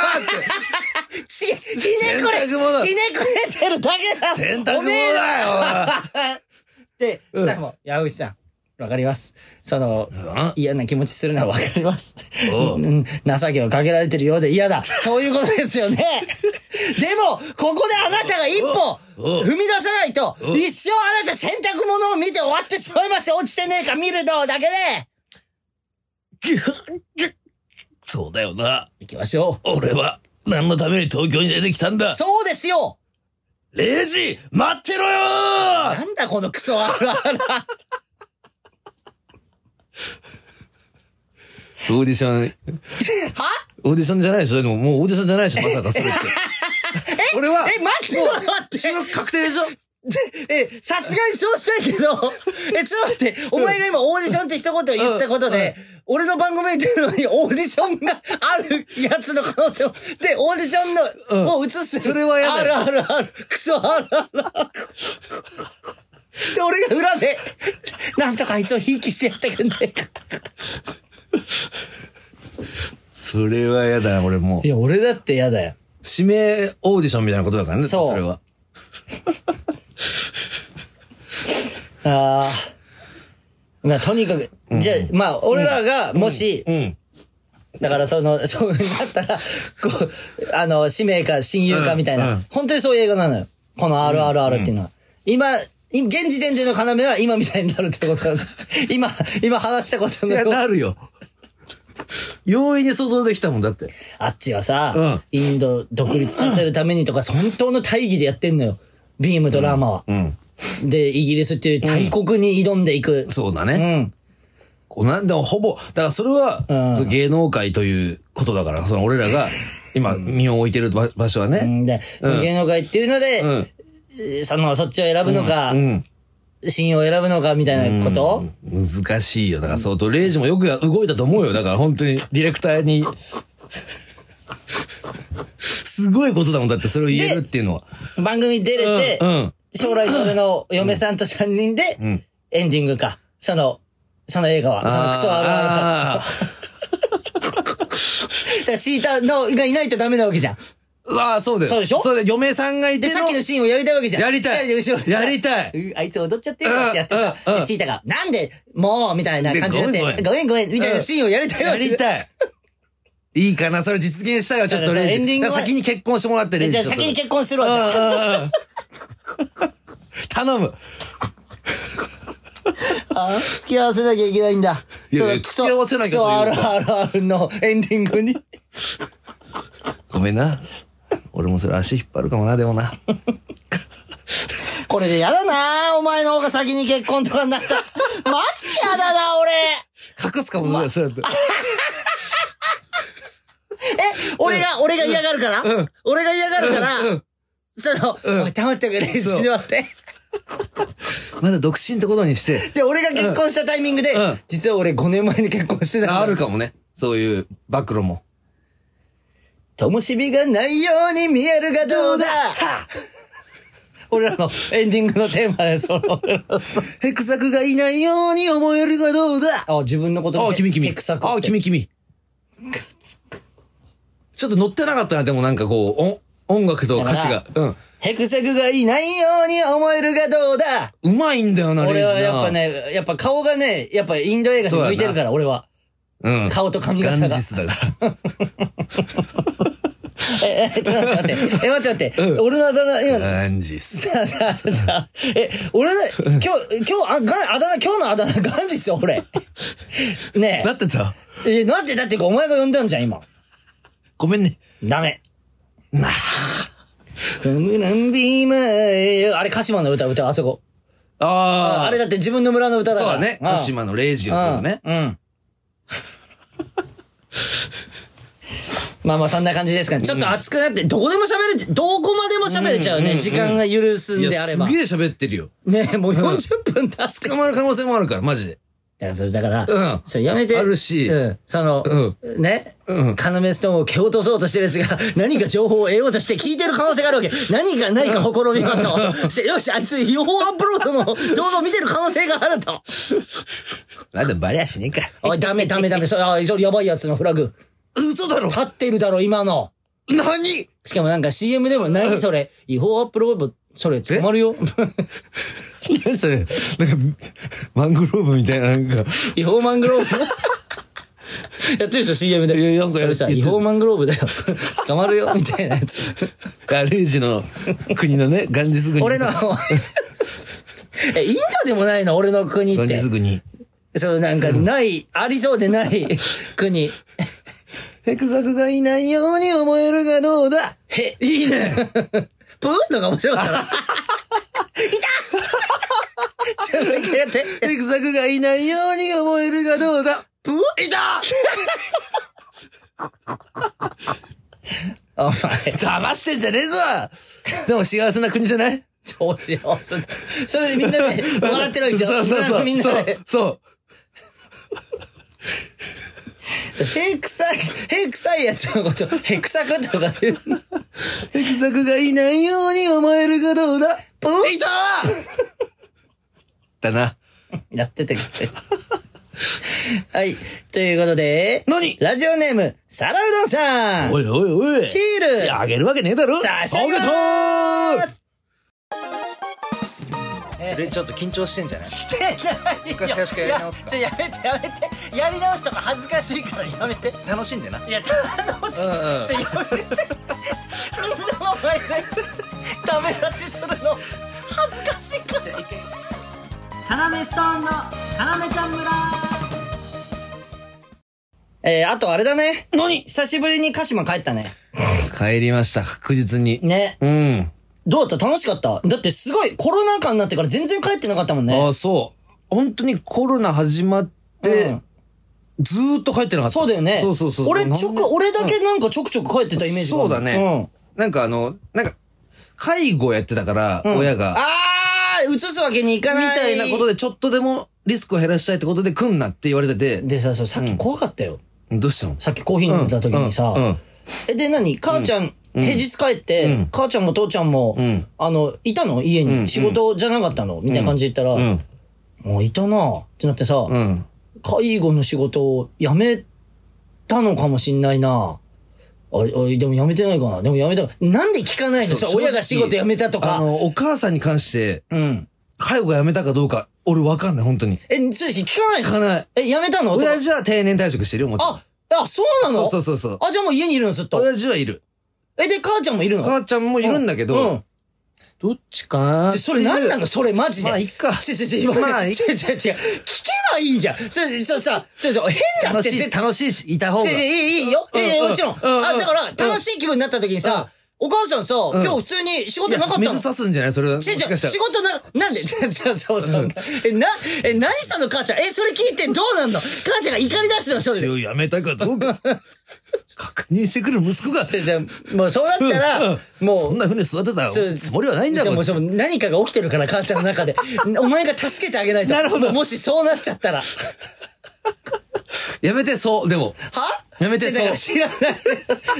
A: ひねくれてるだけだ。
B: 洗濯物だよ。
A: で、スタッフも、矢口さん、わかります。嫌な気持ちするのはわかります。情けをかけられてるようで嫌だ。そういうことですよね。でも、ここであなたが一歩、踏み出さないと、一生あなた洗濯物を見て終わってしまいますよ。落ちてねえか見るのだけで。
B: そうだよな。
A: 行きましょう。
B: 俺は、何のために東京に出てきたんだ。
A: そうですよ。
B: レイジ、待ってろよー。
A: なんだこのクソあるある。
B: オーディション。は？オーディションじゃないでしょ。でももうオーディションじゃないでしょ。まさかそれって。俺は。
A: 待って。
B: 中学確定でしょ。
A: さすがにそうしたいけど、ちょっと待って、お前が今オーディションって一言言ったことで、俺の番組に出るのにオーディションがあるやつの可能性を、で、オーディションの、を映す。
B: それはやだよ。
A: ある、クソある。で、俺が裏で、なんとかあいつをひいきしてやってくんねえか。
B: それはやだ、俺もう。
A: いや、俺だってやだよ。
B: 指名オーディションみたいなことだからね、それは。
A: まあ、とにかく、じゃあ、まあ、俺らが、もし、だからそういう風になったら、こう、使命か親友かみたいな、本当にそういう映画なのよ。この RRR っていうのは。現時点での要は今みたいになるってことなんです。今話したことの。
B: いや、なるよ。容易に想像できたもんだって。
A: あっちはさ、インド独立させるためにとか、本当の大義でやってんのよ。ビームとラーマは。で、イギリスっていう大国に挑んでいく。
B: そうだね。でもほぼ、だからそれは、芸能界ということだから、俺らが今身を置いてる場所はね。
A: で、その芸能界っていうので、そっちを選ぶのか、信用を選ぶのかみたいなこと、
B: 難しいよ。だから相当、レイジもよく動いたと思うよ。だから本当にディレクターに。すごいことだもん。だってそれを言えるっていうのは。
A: 番組出れて、将来の俺の嫁さんと3人で、エンディングか。その映画は。そのクソあるある。だからシータがいないとダメなわけじゃん。
B: そうだよ。
A: そうでしょ？
B: そうで、嫁さんがいて
A: で、さっきのシーンをやりたいわけじゃん。
B: やりたい。
A: や
B: りたい。
A: あいつ踊っちゃってるってやってさ、シータが、なんで、もう、みたいな感じになって、ごめん、みたいなシーンをやりたいわけ。
B: やりたい。いいかな、それ実現したいわ、ちょっとレイジ。エンディング先に結婚してもらって、レイジ。
A: じゃあ先に結婚するわ、じゃあ。
B: 頼む。
A: 付き合わせなきゃいけないんだ。
B: 付き合わせなきゃというか。
A: RRR のエンディングに。
B: ごめんな。俺もそれ足引っ張るかもな、でもな。
A: これでやだな、お前の方が先に結婚とかになった。マジやだな、俺。
B: 隠すかもな、そうやって。
A: 俺が嫌がるから俺が嫌がるから、おい、黙っておけ、レイジに待って。
B: まだ独身ってことにして。
A: で、俺が結婚したタイミングで、実は俺5年前に結婚してた。
B: あるかもね。そういう暴露も。
A: 灯火がないように見えるがどうだ俺らのエンディングのテーマで、
B: ヘクサクがいないように思えるがどうだ。
A: 自分のこと
B: で。君。
A: ヘクサク。
B: 君。ちょっと乗ってなかったな、でもなんかこう、音楽と歌詞が。
A: ヘクサクがいないように思えるがどうだ。
B: うまいんだよな、レイジな。
A: 俺はやっぱね、やっぱ顔がね、やっぱインド映画に向いてるから、俺は。顔と髪型が。
B: ガンジスだから。
A: ちょっと待って。俺のあだ名、今。
B: ガンジス。
A: 俺ね、今日のあだ名ガンジスよ、俺。ねえ。
B: なってた？
A: なんてだってか、お前が呼んだんじゃん、今。
B: ごめんね。
A: ダメ。フムランビームあれ、鹿島の歌、あそこ。あれだって自分の村の歌だから。
B: そうだね。鹿島のレイジの歌ね。
A: まあまあそんな感じですかね。ちょっと熱くなって、どこまでも喋れちゃうね。時間が許すんであれば。
B: すげえ喋ってるよ。
A: ねもう40分経つ
B: 捕まる可能性もあるから、マジで。
A: いや、だから、それやめて。
B: あるし、
A: ね、カナメストーンを蹴落とそうとしてるやつが、何か情報を得ようとして聞いてる可能性があるわけ。何かないか試みようと。よし、あいつ違法アップロードの動画を見てる可能性があると。
B: まだバレやしねえか。
A: おい、ダメ。それやばいやつのフラグ。
B: 嘘だろ。
A: 張ってるだろ、今の。
B: 何？
A: しかもなんか CM でも何それ。違法アップロード、それ捕まるよ。
B: 何それ？なんか、マングローブみたいな、なんか。
A: 違法マングローブやってるでしょ、CM で。
B: いや、なんか
A: それさ、違法マングローブだよ。捕まるよ、みたいなやつ。
B: ガレージの国のね、ガンジス国。
A: 俺の、インドでもないの、俺の国って。
B: ガンジス国。
A: そう、なんか、ありそうでない国。
B: ヘクサクがいないように思えるがどうだ。いいね。
A: プーンのが面白かったな。いたちょっとだけやって。
B: ヘクサクがいないように思えるがどうだ。
A: プーンいたお前。
B: 騙してんじゃねえぞ。でも幸せな国じゃない？
A: 超幸せだ。それでみんなで笑ってるわけじゃん。
B: そう。
A: みんなで。
B: そう。
A: ヘクサいやつのこと、ヘクサクとか言う。
B: ヘクサクがいないように思えるがどうだ。
A: いた
B: だな。
A: やっててくれ。はい。ということで。
B: 何？
A: ラジオネーム、皿うどんさん。
B: おい。
A: シール。
B: いや、あげるわけねえだろ。
A: 差し上げまーす。
B: で、ちょっと緊張してんじゃない？
A: してないよ。
B: 最初からやり直すか？
A: やめて。やり直すとか恥ずかしいからやめて。
B: 楽しんでな。
A: いや、楽しい。やめて。みんなの前でダメ出しするの恥ずかしいから。じゃあ一回。カナメストーンのカナメちゃん村。あとあれだね。
B: 何？
A: 久しぶりに鹿島帰ったね。
B: 帰りました、確実に。
A: ね。
B: うん。
A: どうだった？楽しかった？だってすごいコロナ禍になってから全然帰ってなかったもんね。
B: ああ、そう。本当にコロナ始まって、ずーっと帰ってなかった。
A: そうだよね。
B: そう。
A: 俺だけなんかちょくちょく帰ってたイメージがある。
B: そうだね。なんか介護やってたから、親が。
A: 移すわけにいかない。
B: みたいなことで、ちょっとでもリスクを減らしたいってことで来んなって言われてて。
A: でさ、さっき怖かったよ。
B: どうしたの？
A: さっきコーヒー飲んでた時にさ、で、母ちゃん、平日帰って、母ちゃんも父ちゃんも、いたの？家に。仕事じゃなかったの？みたいな感じで言ったら、もういたなってなってさ、介護の仕事を辞めたのかもしんないな。あれ、でも辞めてないかな。でも辞めた。なんで聞かないの？親が仕事辞めたとか。
B: お母さんに関して、介護が辞めたかどうか、俺わかんない、本当に。
A: そうです。聞かないの？
B: 聞かない。
A: 辞めたの？
B: 親父は定年退職してるよ、もちろん。
A: そうなの？
B: そう。
A: じゃあもう家にいるの、ずっと。
B: 親父はいる。
A: で、母ちゃんもいるの？
B: 母ちゃんもいるんだけど、どっちかな？
A: それ何なの？それマジで。
B: まあ、いっか。
A: まあ、違う。聞けばいいじゃん。変なって。
B: 楽しいし、いた方が。
A: いいよ。もちろん。だから、楽しい気分になった時にさ、お母さんさ、今日普通に仕事なかったの？
B: 水差すんじゃない？それは。
A: 仕事なんで何その母ちゃん。それ聞いてどうなんの？母ちゃんが怒り出すの？
B: それをやめたかどうか。確認してくる息子が。
A: もうそうなったら、もう。
B: そんな風に育てたつもりはないんだよ。
A: でも何かが起きてるから、母ちゃんの中で。お前が助けてあげないと。
B: なるほど。
A: もしそうなっちゃったら。
B: やめて、そう、でも。やめて、そう。
A: 知らない。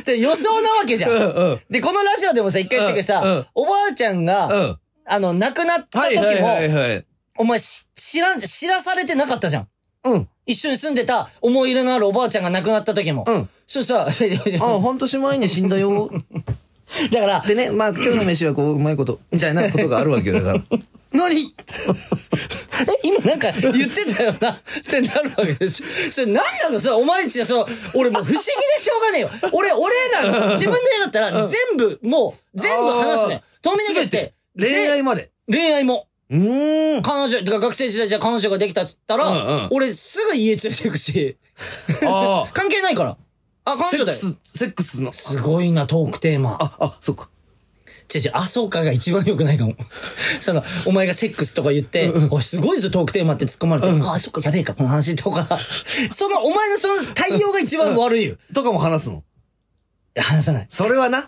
A: で、予想なわけじゃん。で、このラジオでもさ、一回言ったけどさ、おばあちゃんが、亡くなった時も、お前、知らされてなかったじゃん。一緒に住んでた思い入れのあるおばあちゃんが亡くなった時も。そしたら、
B: 半年前に死んだよ。
A: だから。
B: でね、まあ今日の飯はこう、うまいこと、みたいなことがあるわけよ。だから。何
A: 今なんか言ってたよなってなるわけでしょ。それ何なの？お前んちは俺もう不思議でしょうがねえよ。俺ら、自分でだったら全部話すね。遠見だけって。
B: 恋愛まで。
A: 恋愛も。彼女、学生時代じゃ彼女ができたっつったら、俺すぐ家連れて行くし。関係ないから。彼女だよ。
B: セックスの。
A: すごいな、トークテーマ。
B: そっか。
A: そうかが一番良くないかも。お前がセックスとか言って、すごいぞトークテーマって突っ込まれて、そっか、やべえか、この話とか。お前の対応が一番悪いよ。
B: とかも話すの？
A: 話さない。
B: それはな。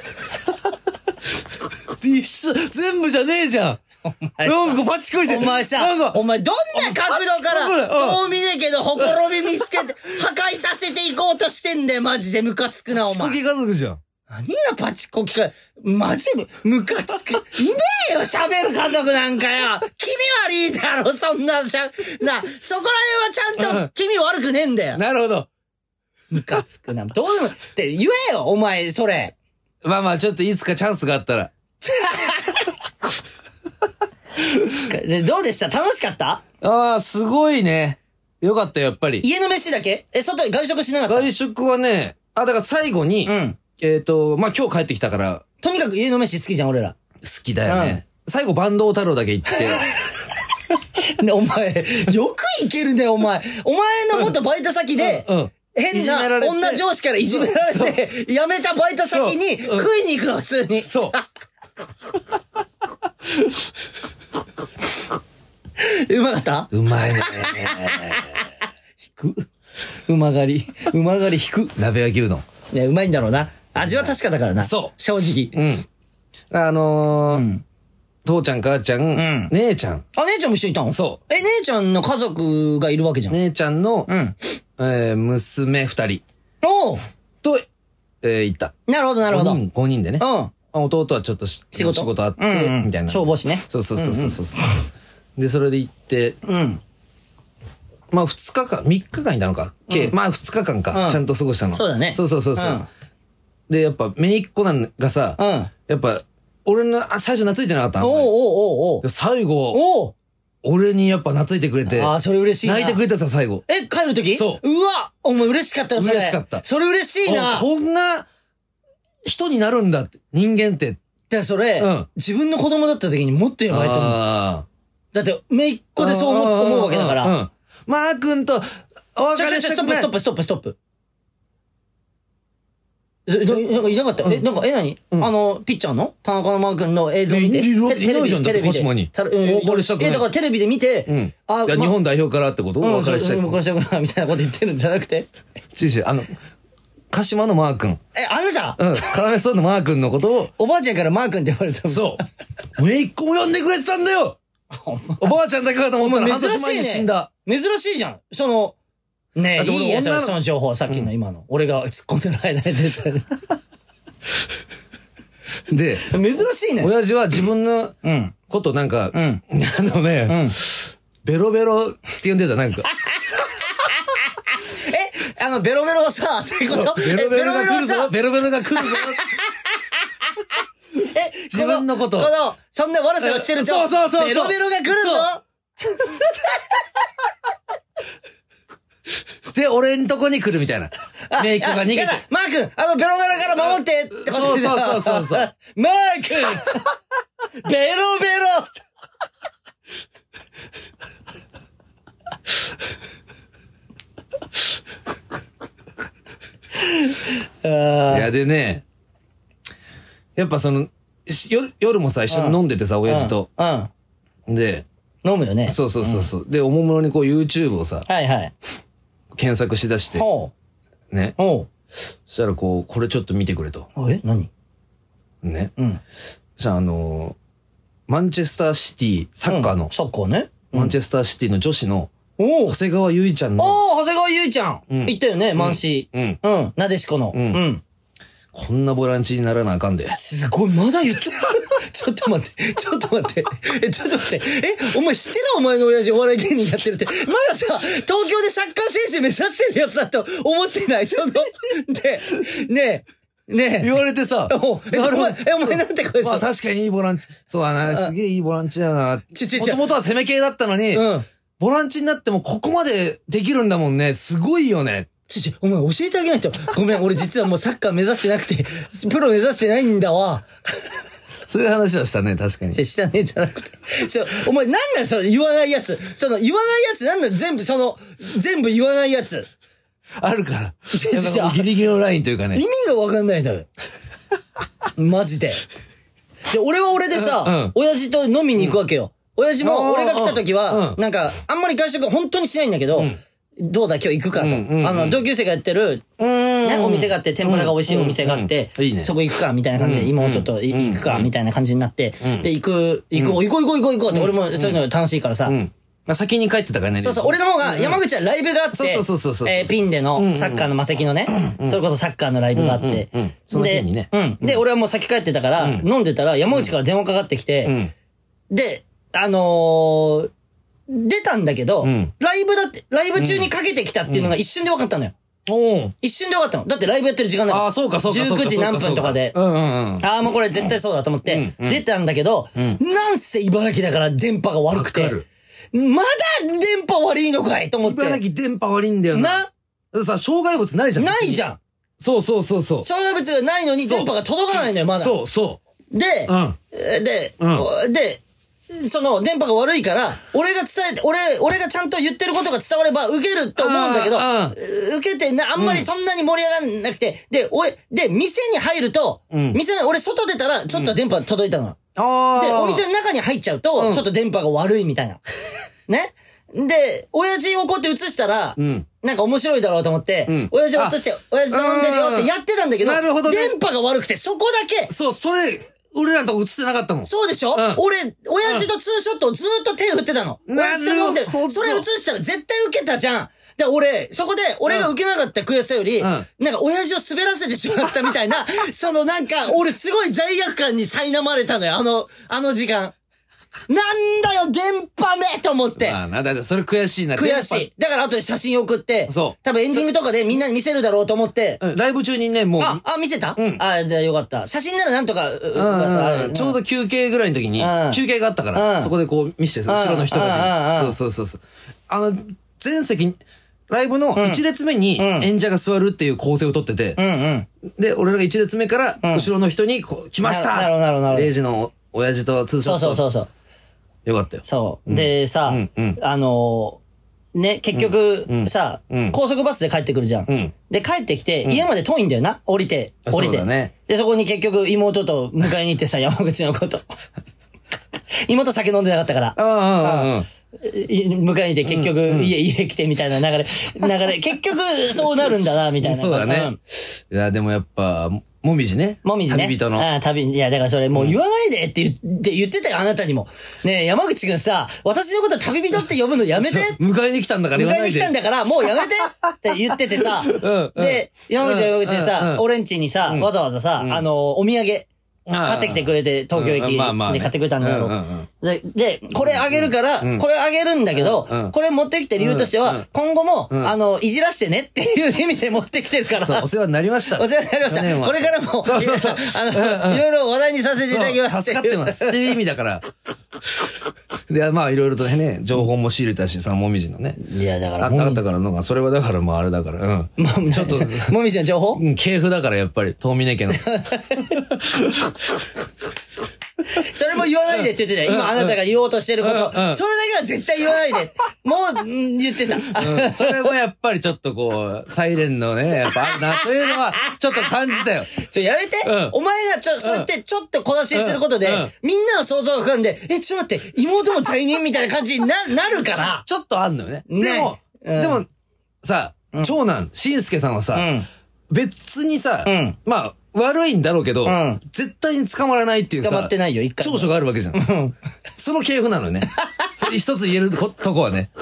B: 一緒、全部じゃねえじゃん。なんかパチこいて。
A: お前さ、お前どんな角度から遠見ねえけどほころび見つけて破壊させていこうとしてんだよ。マジでムカつくなお前。
B: パチコキ家族じゃん。
A: 何がパチコキか、マジムカつく。いねえよ喋る家族なんかよ。気味悪いだろそんなそこら辺はちゃんと気味悪くねえんだよ。
B: なるほど。
A: ムカつくな。どうでもって言えよお前それ。
B: まあまあちょっといつかチャンスがあったら。
A: でどうでした？楽しかった？
B: ああ、すごいね。よかったよ、やっぱり。
A: 家の飯だけ？外で外食しなかった？
B: 外食はね、だから最後に、まあ今日帰ってきたから。
A: とにかく家の飯好きじゃん、俺ら。
B: 好きだよね。最後、坂東太郎だけ行って。
A: ね、お前、よくいけるね、お前。お前の元バイト先で、変な女上司からいじめられて、辞めたバイト先に食いに行くの、普通に。
B: そう。
A: うまかった？
B: うまいね。
A: 引く。うまがり引く。
B: 鍋焼きうどん。
A: いや、うまいんだろうな。味は確かだからな。
B: そう。
A: 正直。
B: 父ちゃん、母ちゃん、姉ちゃん。
A: あ、姉ちゃんも一緒にいたの？そう。姉ちゃんの家族がいるわけじゃん。
B: 姉ちゃんの、娘二人。
A: おう
B: と、行った。
A: なるほど、なるほど。
B: 5人でね。弟はちょっと仕事あって、みたいな。
A: 消防士ね。
B: そう。で、それで行って、まあ2日間、3日間いたのか。まあ2日間か。ちゃんと過ごしたの。
A: そうだね。
B: そう。で、やっぱ、姪っ子なんがさ、やっぱ、俺の、最初懐いてなかったの。
A: おう。
B: 最後、俺にやっぱ懐いてくれて。
A: ああ、それ嬉しいな。
B: 泣いてくれたさ、最後。
A: 帰るとき？
B: そう。
A: うわお前嬉しかったらそれ。
B: 嬉しかった。
A: それ嬉しいな。
B: こんな人になるんだって、人間って。
A: で、それ、自分の子供だった時にもっとやばいと思う。だって、姪っ子でそう思うわけだから。
B: マー君と、お別れしたくない。
A: ストップ。なんかいなかった？何？ピッチャーの田中のマー君の映像見て。テレビで。
B: 鹿島に。
A: だからテレビで見て、
B: 日本代表からってこと？お別れしたく
A: ないみたいなこと言ってるんじゃなくて。
B: 鹿島のマー君。
A: あなた？
B: 要そうのマー君のことを。
A: おばあちゃんからマー君って言われたの。
B: そう。姪っ子も呼んでくれてたんだよ。おばあちゃんだけかと思ったら半年前に死んだ。
A: 珍しいじゃん。ねえ、いいや、その情報、さっきの今の。俺が突っ込んでる間に出てた。
B: で、
A: 珍しいね。
B: 親父は自分のことなんか、ベロベロって呼んでた、なんか。
A: ベロベロはさ、ってこと？
B: ベロベロが来るぞ。ベロベロが来るぞ。自分のこと。
A: そんな悪さをしてると。
B: そう。
A: ベロベロが来るぞ。
B: で、俺んとこに来るみたいな。メイクが逃げて。
A: マー君、ベロベロから守ってってことで。
B: そう。
A: マー君ベロベ
B: ロいや、でね、やっぱ夜もさ、一緒に飲んでてさ、親父と。で、
A: 飲むよね。
B: そう。で、おもむろにこう YouTube をさ、
A: はい。
B: 検索しだして。ね。そしたらこれちょっと見てくれと。
A: 何？
B: ね。じゃあマンチェスターシティ、サッカーの。
A: サッカーね。
B: マンチェスターシティの女子の、長谷川優衣ちゃんの。
A: 長谷川優衣ちゃん。言ったよね、マンシー。なでしこの。
B: こんなボランチにならなあかんで。
A: すごい、まだ言ってちょっと待って。お前知ってる？お前の親父お笑い芸人やってるって。まださ、東京でサッカー選手目指してるやつだと思ってない？ねえ。
B: 言われてさ。
A: お前なんてこれさ。
B: まあ確かにいいボランチ。そうだな。すげえいいボランチだよな。もともとは攻め系だったのに、ボランチになってもここまでできるんだもんね。すごいよね。
A: お前教えてあげないと。ごめん、俺実はもうサッカー目指してなくて、プロ目指してないんだわ。
B: そういう話はしたね、確かに。
A: したね、じゃなくて。お前なんなん言わないやつ。言わないやつなんなん全部言わないやつ。
B: あるから。ギリギリのラインというかね。
A: 意味がわかんないんだよ。マジで。俺は俺でさ、親父と飲みに行くわけよ。親父も俺が来た時は、なんか、あんまり外食本当にしないんだけど、どうだ今日行くかと。同級生がやってる、 ね、お店があって、天ぷらが美味しいお店があって、そこ行くか、みたいな感じで、妹と行くか、みたいな感じになって、で、行こうって、俺もそういうの楽しいからさ、
B: 先に帰ってたからね。
A: そうそう、俺の方が、山口はライブがあって、ピンでのサッカーの魔石のね、それこそサッカーのライブがあって、
B: その日にね。
A: で、俺はもう先帰ってたから、飲んでたら山口から電話かかってきて、で、出たんだけど、ライブ中にかけてきたっていうのが一瞬で分かったのよ。一瞬で分かったの。だってライブやってる時間だから。
B: あ、そうか。
A: 19時何分とかで。ああ、もうこれ絶対そうだと思って、出たんだけど、なんせ茨城だから電波が悪くて、まだ電波悪いのかいと思って。
B: 茨城電波悪いんだよな。さ、障害物ないじゃん。
A: ないじゃん。
B: そう。
A: 障害物がないのに電波が届かないのよ、まだ。で、その電波が悪いから、俺がちゃんと言ってることが伝われば受けると思うんだけど、受けてあんまりそんなに盛り上がんなくて、で、店に入ると、俺外出たらちょっと電波届いたの。で、お店の中に入っちゃうと、ちょっと電波が悪いみたいな。ね。で、親父をこうやって映したら、なんか面白いだろうと思って、親父を映して、親父飲んでるよってやってたんだけど、電波が悪くて、そこだけ。
B: そう、それ、俺らのとこ映ってなかったもん。
A: そうでしょ、俺、親父とツーショットをずーっと手振ってたの。親父と飲んでる。それ映したら絶対受けたじゃん。で、そこで、俺が受けなかった悔しさより、なんか親父を滑らせてしまったみたいな、なんか、俺すごい罪悪感に苛まれたのよ、あの時間。なんだよ、電波めと思って。
B: だってそれ悔しいな。
A: 悔しい。だから後で写真送って、多分エンディングとかでみんなに見せるだろうと思って。
B: ライブ中にね、もう。
A: 見せた？じゃあよかった。写真ならなんとか、
B: ちょうど休憩ぐらいの時に、休憩があったから、そこでこう見せて、後ろの人たちに。そう。全席、ライブの1列目に演者が座るっていう構成をとってて、で、俺らが1列目から後ろの人に来ましたレイジの親父とツーショット。
A: そう。
B: よかったよ。
A: そう。でさ、ね、結局さ、高速バスで帰ってくるじゃん。で、帰ってきて、家まで遠いんだよな。降りて。
B: そうだね。
A: で、そこに結局妹と迎えに行ってさ、山口のこと。妹酒飲んでなかったから。迎えに行って結局家来てみたいな流れ。結局そうなるんだな、みたいな。
B: そうだね。いや、でもやっぱ、もみじね。
A: 旅人の。いや、だからそれもう言わないでって言ってたよ、あなたにも。ねえ、山口くんさ、私のこと旅人って呼ぶのやめて。
B: 迎えに来たんだから言わないで。
A: 迎えに来たんだから、もうやめてって言っててさ。で、山口でさ、俺ん家にさ、わざわざさ、お土産。買ってきてくれて、東京駅で買ってくれたんだけど。で、これあげるから、これあげるんだけど、これ持ってきて理由としては、今後も、いじらしてねっていう意味で持ってきてるから。
B: お世話になりました。
A: お世話になりました。これからも、いろいろ話題にさせていただきます。
B: 助かってますっていう意味だから。で、まあいろいろとね、情報も仕入れたし、そのもみじのね。
A: いや、だから。
B: なかったから、それはだからあれだから、
A: ちょっと、もみじの情報？
B: 系譜だからやっぱり、遠峰家の。
A: それも言わないでって言ってたよ。今あなたが言おうとしてること。それだけは絶対言わないで。もう、言ってた。
B: それもやっぱりちょっとこう、サイレンのね、やっぱあるな、というのは、ちょっと感じたよ。
A: やめて。お前がそうやってちょっと小出しすることで、みんなの想像がかかるんで、ちょっと待って、妹も罪人みたいな感じになるから。
B: ちょっとあんのよね。でも、さ、長男、しんすけさんはさ、別にさ、まあ、悪いんだろうけど、絶対に捕まらないっていうさ、
A: 捕まってないよ、一回。
B: 長所があるわけじゃん。その系譜なのよね。それ一つ言えるとこはね。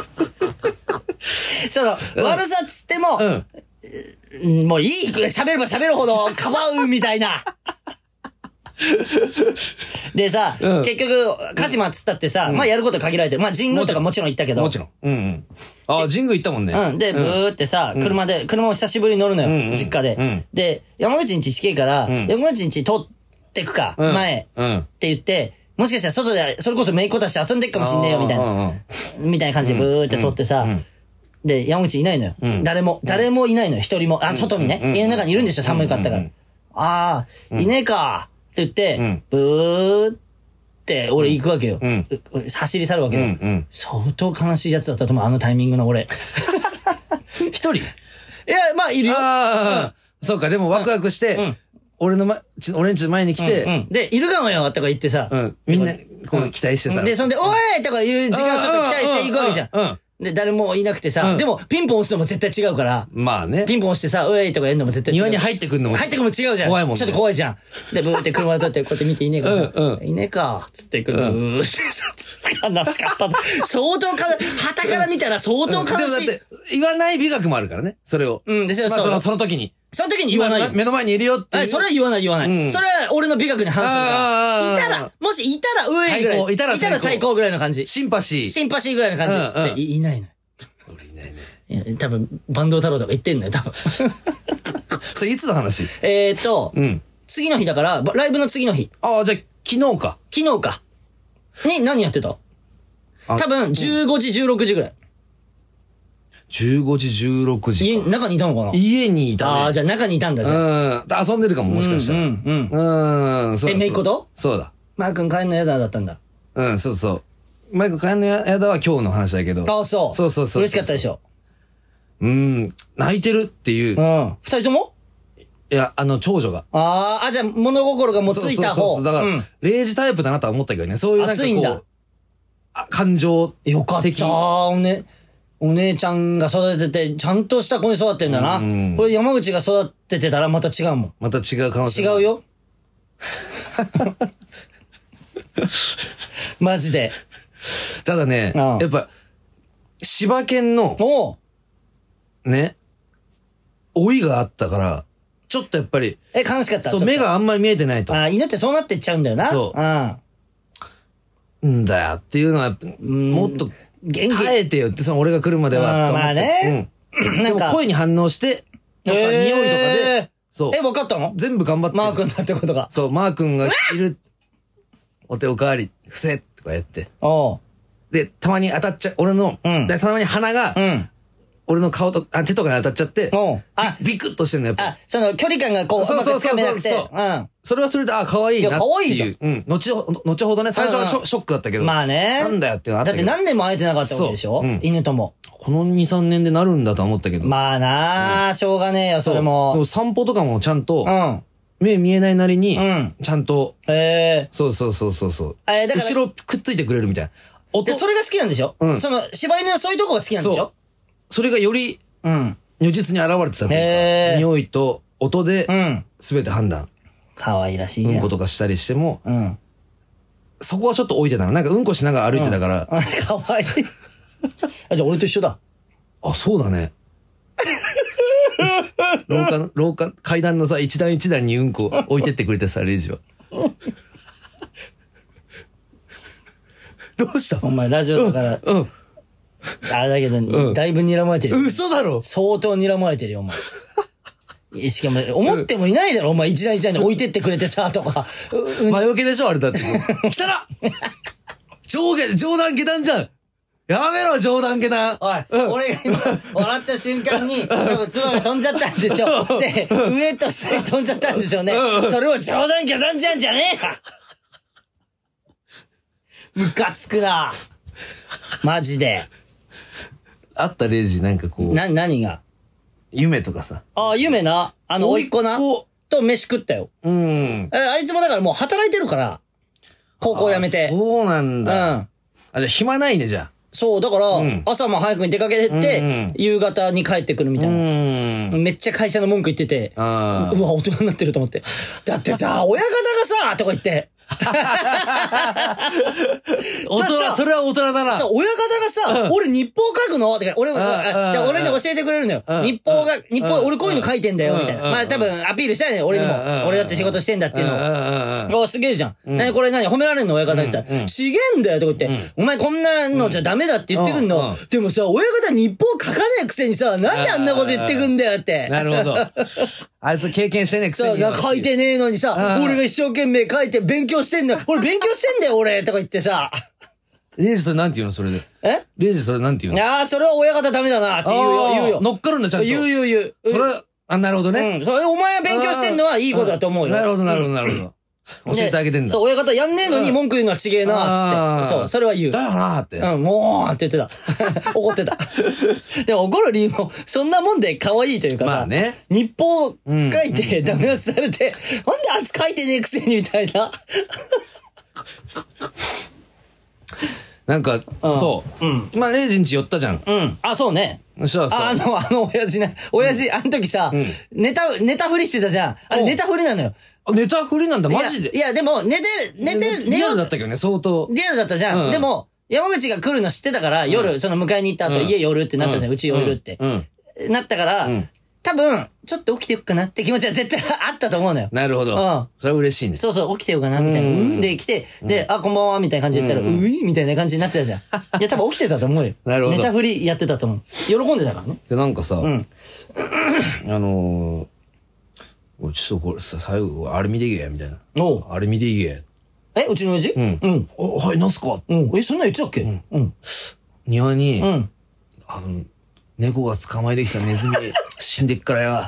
A: 悪さっつっても、もういい、喋れば喋るほどかばうみたいな。でさ、結局、鹿島っつったってさ、まあやること限られてる。まあ神宮とかもちろん行ったけど。
B: もちろん。あ、神宮行ったもんね。
A: で、ブーってさ、車を久しぶりに乗るのよ、実家で。で、山口んち近いから、山口んち通ってくか、前、って言って、もしかしたら外で、それこそめいっ子たち遊んでっかもしんねえよ、みたいな。みたいな感じでブーって通ってさ、で、山口いないのよ。誰もいないのよ、一人も。外にね。家の中にいるんでしょ、寒かったから。いねえか。って言って、ブーって俺行くわけよ。走り去るわけよ。相当悲しいやつだったと思う、あのタイミングの俺。
B: 一人？い
A: や、まあ、いるよ。
B: そうか、でもワクワクして、俺んちの前に来て、
A: で、いるかもよとか言ってさ、
B: みんな、こう期待してさ。
A: で、そんで、おいとかいう時間ちょっと期待していくわけじゃん。 で、誰もいなくてさ、でも、ピンポン押すのも絶対違うから、
B: まあね。
A: ピンポン押してさ、うえいとかやるのも絶対違う。
B: 庭に入ってくるのも。
A: 入ってくるのも違うじゃん。
B: 怖いもんね。
A: ちょっと怖いじゃん。で、ブーって車通ってこうやって見ていねえかいねえか、つってくる。ブーってさ、悲しかった。相当旗から見たら相当悲しい。でもだって、
B: 言わない美学もあるからね、それを。
A: で、そ
B: の時に。
A: その時に言わないよ。
B: 目の前にいるよって。
A: それは言わない。それは俺の美学に反するから。もしいたら上ぐらい。いたら最高ぐらいの感じ。
B: シンパシ
A: ーぐらいの感じ。いないのよ。
B: 俺いないね。
A: 多分、坂東太郎とか言ってんのよ、多分。
B: それいつの話？
A: 次の日だから、ライブの次の日。
B: ああ、じゃあ、昨日か。
A: に、何やってた？多分、15時、16時ぐらい。
B: 15時、16時。
A: 中にいたのかな？
B: 家にいたね。
A: ああ、じゃあ中にいたんだ、じゃ
B: あ。遊んでるかも、もしかしたら。
A: そうだ。めいっ子と？
B: そうだ。
A: マー君帰んのやだったんだ。
B: そうそう。マー君帰んのやだは今日の話だけど。
A: ああ、そう。そう。嬉しかったでしょ。
B: 泣いてるっていう。
A: 二人とも？
B: いや、長女が。
A: じゃあ物心がもうついた方。
B: だから、0時タイプだなとは思ったけどね。そういうなんかこう。熱いんだ。感情的。
A: よかった。お姉ちゃんが育てて、ちゃんとした子に育ってんだな。これ山口が育ててたらまた違うもん。
B: また違う可能性。
A: 違うよ。マジで。
B: ただね、やっぱ、柴犬の、ね、老いがあったから、ちょっとやっぱり、
A: 悲しかった。
B: そう、目があんまり見えてないと。
A: 犬ってそうなってっちゃうんだよな。
B: そう。んだよっていうのは、もっと、耐えてよって、俺が来るまでは、
A: まあね。
B: でも声に反応して、とか、匂いとかで、そう。
A: 分かったの？
B: 全部頑張って。
A: マー君だってことが。
B: そう、マー君がいる、お手おかわり、伏せ、とかやって。で、たまに当たっちゃう、俺の、たまに鼻が、俺の顔と、手とかに当たっちゃって、ビクッとしてんのやっぱ。
A: その距離感がこう、うまくつかめなくて。
B: それはそれで、可愛いなっていう。
A: 可愛いじゃん。
B: 後ほどね、最初はショックだったけど。
A: まあね。
B: なんだよってなった。
A: だって何年も会えてなかったわけでしょ？犬とも。
B: この2、3年でなるんだと思ったけど。
A: まあなあ、しょうがねえよ、それも。
B: でも散歩とかもちゃんと、目見えないなりに、ちゃんと、そう。後ろくっついてくれるみたいな。
A: で、それが好きなんでしょ？その、柴犬はそういうとこが好きなんでしょ？
B: それがより、如実に現れてたというか、匂いと音で、すべて判断。
A: 可愛らしいじゃん。
B: うんことかしたりしても、そこはちょっと置いてたの。なんかうんこしながら歩いてたから。
A: 可愛い。じゃあ俺と一緒だ。
B: あ、そうだね。廊下、階段のさ、一段一段にうんこ置いてってくれてさ、レイジは。どうした
A: お前ラジオだから、あれだけど、だいぶ睨まれてるよ。
B: 嘘だろ？
A: 相当睨まれてるよ、お前。しかも、思ってもいないだろ、お前一段一段に置いてってくれてさ、とか。
B: 前置きでしょ、あれだって。来たな冗談下段じゃん。やめろ、冗談下段。
A: おい、俺が今、笑った瞬間に、多分妻が飛んじゃったんでしょ。で、上と下に飛んじゃったんでしょうね。それを冗談下段じゃんじゃねえか。ムカつくな。マジで。
B: あったレイジ、なんかこう。
A: 何が？
B: 夢とかさ。
A: 夢な。甥っ子な。と飯食ったよ。あいつもだからもう働いてるから。高校辞めて。
B: そうなんだ。じゃあ暇ないね、じゃあ。
A: そう、だから、朝も早くに出かけてって、夕方に帰ってくるみたいな。めっちゃ会社の文句言ってて、うわ、大人になってると思って。だってさ、親方がさ、とか言って。
B: それは大人だな。
A: そう、親方がさ、俺日報書くのって俺に教えてくれるのよ。日報、俺こういうの書いてんだよ、みたいな。まあ多分アピールしたいね、俺にも。俺だって仕事してんだっていうのを。すげえじゃん。これ褒められんの親方にさ、ちげえんだよ、とか言って。お前こんなのじゃダメだって言ってくんの。でもさ、親方日報書かねえくせにさ、なんであんなこと言ってくんだよって。
B: なるほど。あいつ経験してねえくせに。
A: 書いてねえのにさ、俺が一生懸命書いて勉強してんだよ。俺勉強してんだよ、俺とか言ってさ。
B: レイジそれなんて言うのそれで。レイジそれなんて言うの？
A: それは親方ダメだなって言うよ。
B: 乗っかるんだ、ちゃんと。
A: 言う。
B: それ、なるほどね。
A: それお前は勉強してんのはいいことだと思うよ。
B: なるほど。教えてあげてんだ。
A: そう、親方やんねえのに文句言うのはちげえな、つって。そう、それは言う。
B: だよなって。
A: もうって言ってた。怒ってた。でも怒る理由も、そんなもんで可愛いというかさ、日報書いてダメ出しされて、なんであいつ書いてねえくせにみたいな。
B: なんか、そう。まあ、0時んち寄ったじゃん。
A: あ、そうね。
B: そしたらさ。
A: 親父ね。親父、あの時さ、ネタ振りしてたじゃん。あれネタ振りなのよ。
B: ネタ振りなんだ、マジで。
A: いや、でも、リ
B: アルだったけどね、相当。
A: リアルだったじゃん。でも、山口が来るの知ってたから、夜、その迎えに行った後、家寄るってなったじゃん。うち寄るって。なったから、多分、ちょっと起きてよっかなって気持ちは絶対あったと思うのよ。
B: なるほど。それは嬉しいね。
A: そうそう、起きてようかな、みたいな。で、来て、で、あ、こんばんは、みたいな感じで言ったら、みたいな感じになってたじゃん。いや、多分起きてたと思うよ。
B: なるほど。
A: ネタ振りやってたと思う。喜んでたからね。
B: で、なんかさ、ちょっとこれさ、最後、あれ見てけ、みたいな。あれ見てけ。
A: うちの親父
B: はい、なんすか
A: そんな言ってたっけ
B: 庭に、猫が捕まえてきたネズミ死んでっからよ。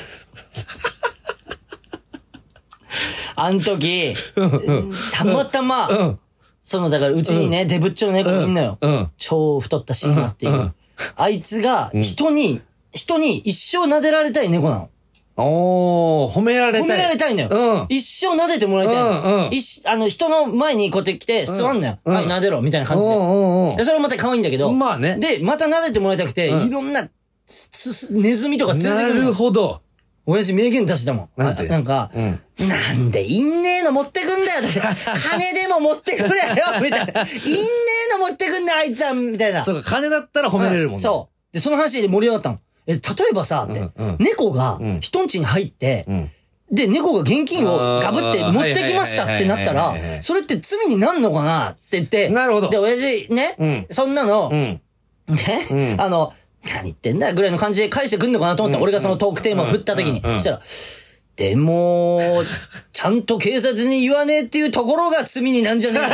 A: あん時、たまたま、だからうちにね、デブッチョの猫がいんのよ。超太ったシーマっていう。あいつが、人に一生撫でられたい猫なの。
B: 褒められたい。
A: 褒められたいのよ。一生撫でてもらいたいの。人の前にこうやって来て、座んのよ。はい、撫でろ、みたいな感じで。それはまた可愛いんだけど。
B: まあね。
A: で、また撫でてもらいたくて、いろんな、ネズミとか連れてくるの。
B: なるほど。
A: 親父名言出したもん。
B: なんて
A: なんか、なんでいんねえの持ってくんだよ。金でも持ってくれよみたいな。いんねえの持ってくんだよ、あいつはみたいな。
B: そうか、金だったら褒めれるもんね。
A: そう。で、その話で盛り上がったの。例えばさ、って、猫が人ん家に入って、で、猫が現金をガブって持ってきましたってなったら、それって罪になんのかなって言って、
B: なるほど。
A: で、親父ね、そんなの、ね、何言ってんだぐらいの感じで返してくんのかなと思った。俺がそのトークテーマを振った時に。そしたら、でも、ちゃんと警察に言わねえっていうところが罪になんじゃね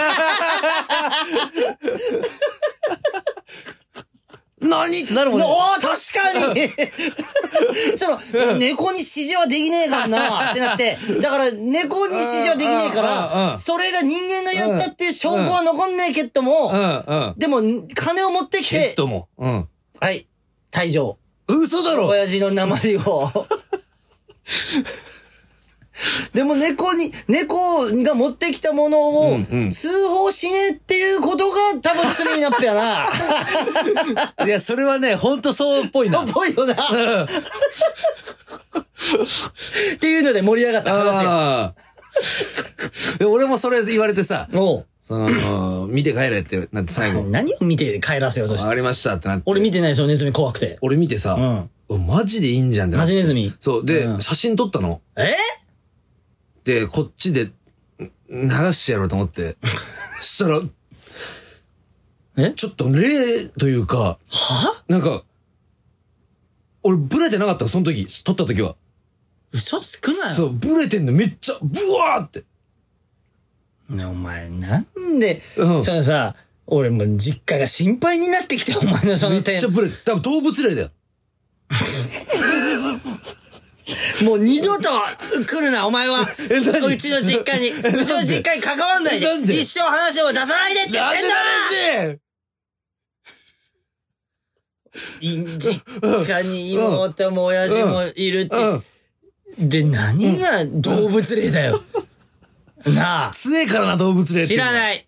B: え。何ってなるもんね。
A: 確かに猫に指示はできねえからなってなって、だから猫に指示はできねえから、それが人間がやったっていう証拠は残んねえけっども、でも、金を持ってきて、
B: けっども。
A: はい。退場。
B: 嘘だろ
A: 親父の鉛を。でも猫が持ってきたものを通報しねえっていうことが多分罪になっぺやな。
B: いや、それはね、ほんとそうっぽいな。
A: そうっぽいよな。っていうので盛り上がった話
B: よ。俺もそれ言われてさ、見て帰れってなって最後。
A: 何を見て帰らせようとして。
B: ありましたってなって。
A: 俺見てないでしょ、ネズミ怖くて。
B: 俺見てさ、マジでいいんじゃんって。
A: マジネズミ。
B: そう。で、写真撮ったの。で、こっちで流してやろうと思って。そしたら、ちょっと例というか、なんか、俺ブレてなかったその時、撮った時は。
A: 嘘つくなよ。
B: そう、ブレてんのめっちゃ、ブワーって。
A: ね、お前、なんで、そのさ、俺も実家が心配になってきて、お前のその点。
B: めっちゃブレて、多分動物霊だよ。
A: もう二度と来るな、お前は。うちの実家に。うちの実家に関わんないで。一生話を出さないでって言ってんだ実家に妹も親父もいるって。で、何が動物霊だよ。なあ。
B: 強えからな、動物霊って。
A: 知らない。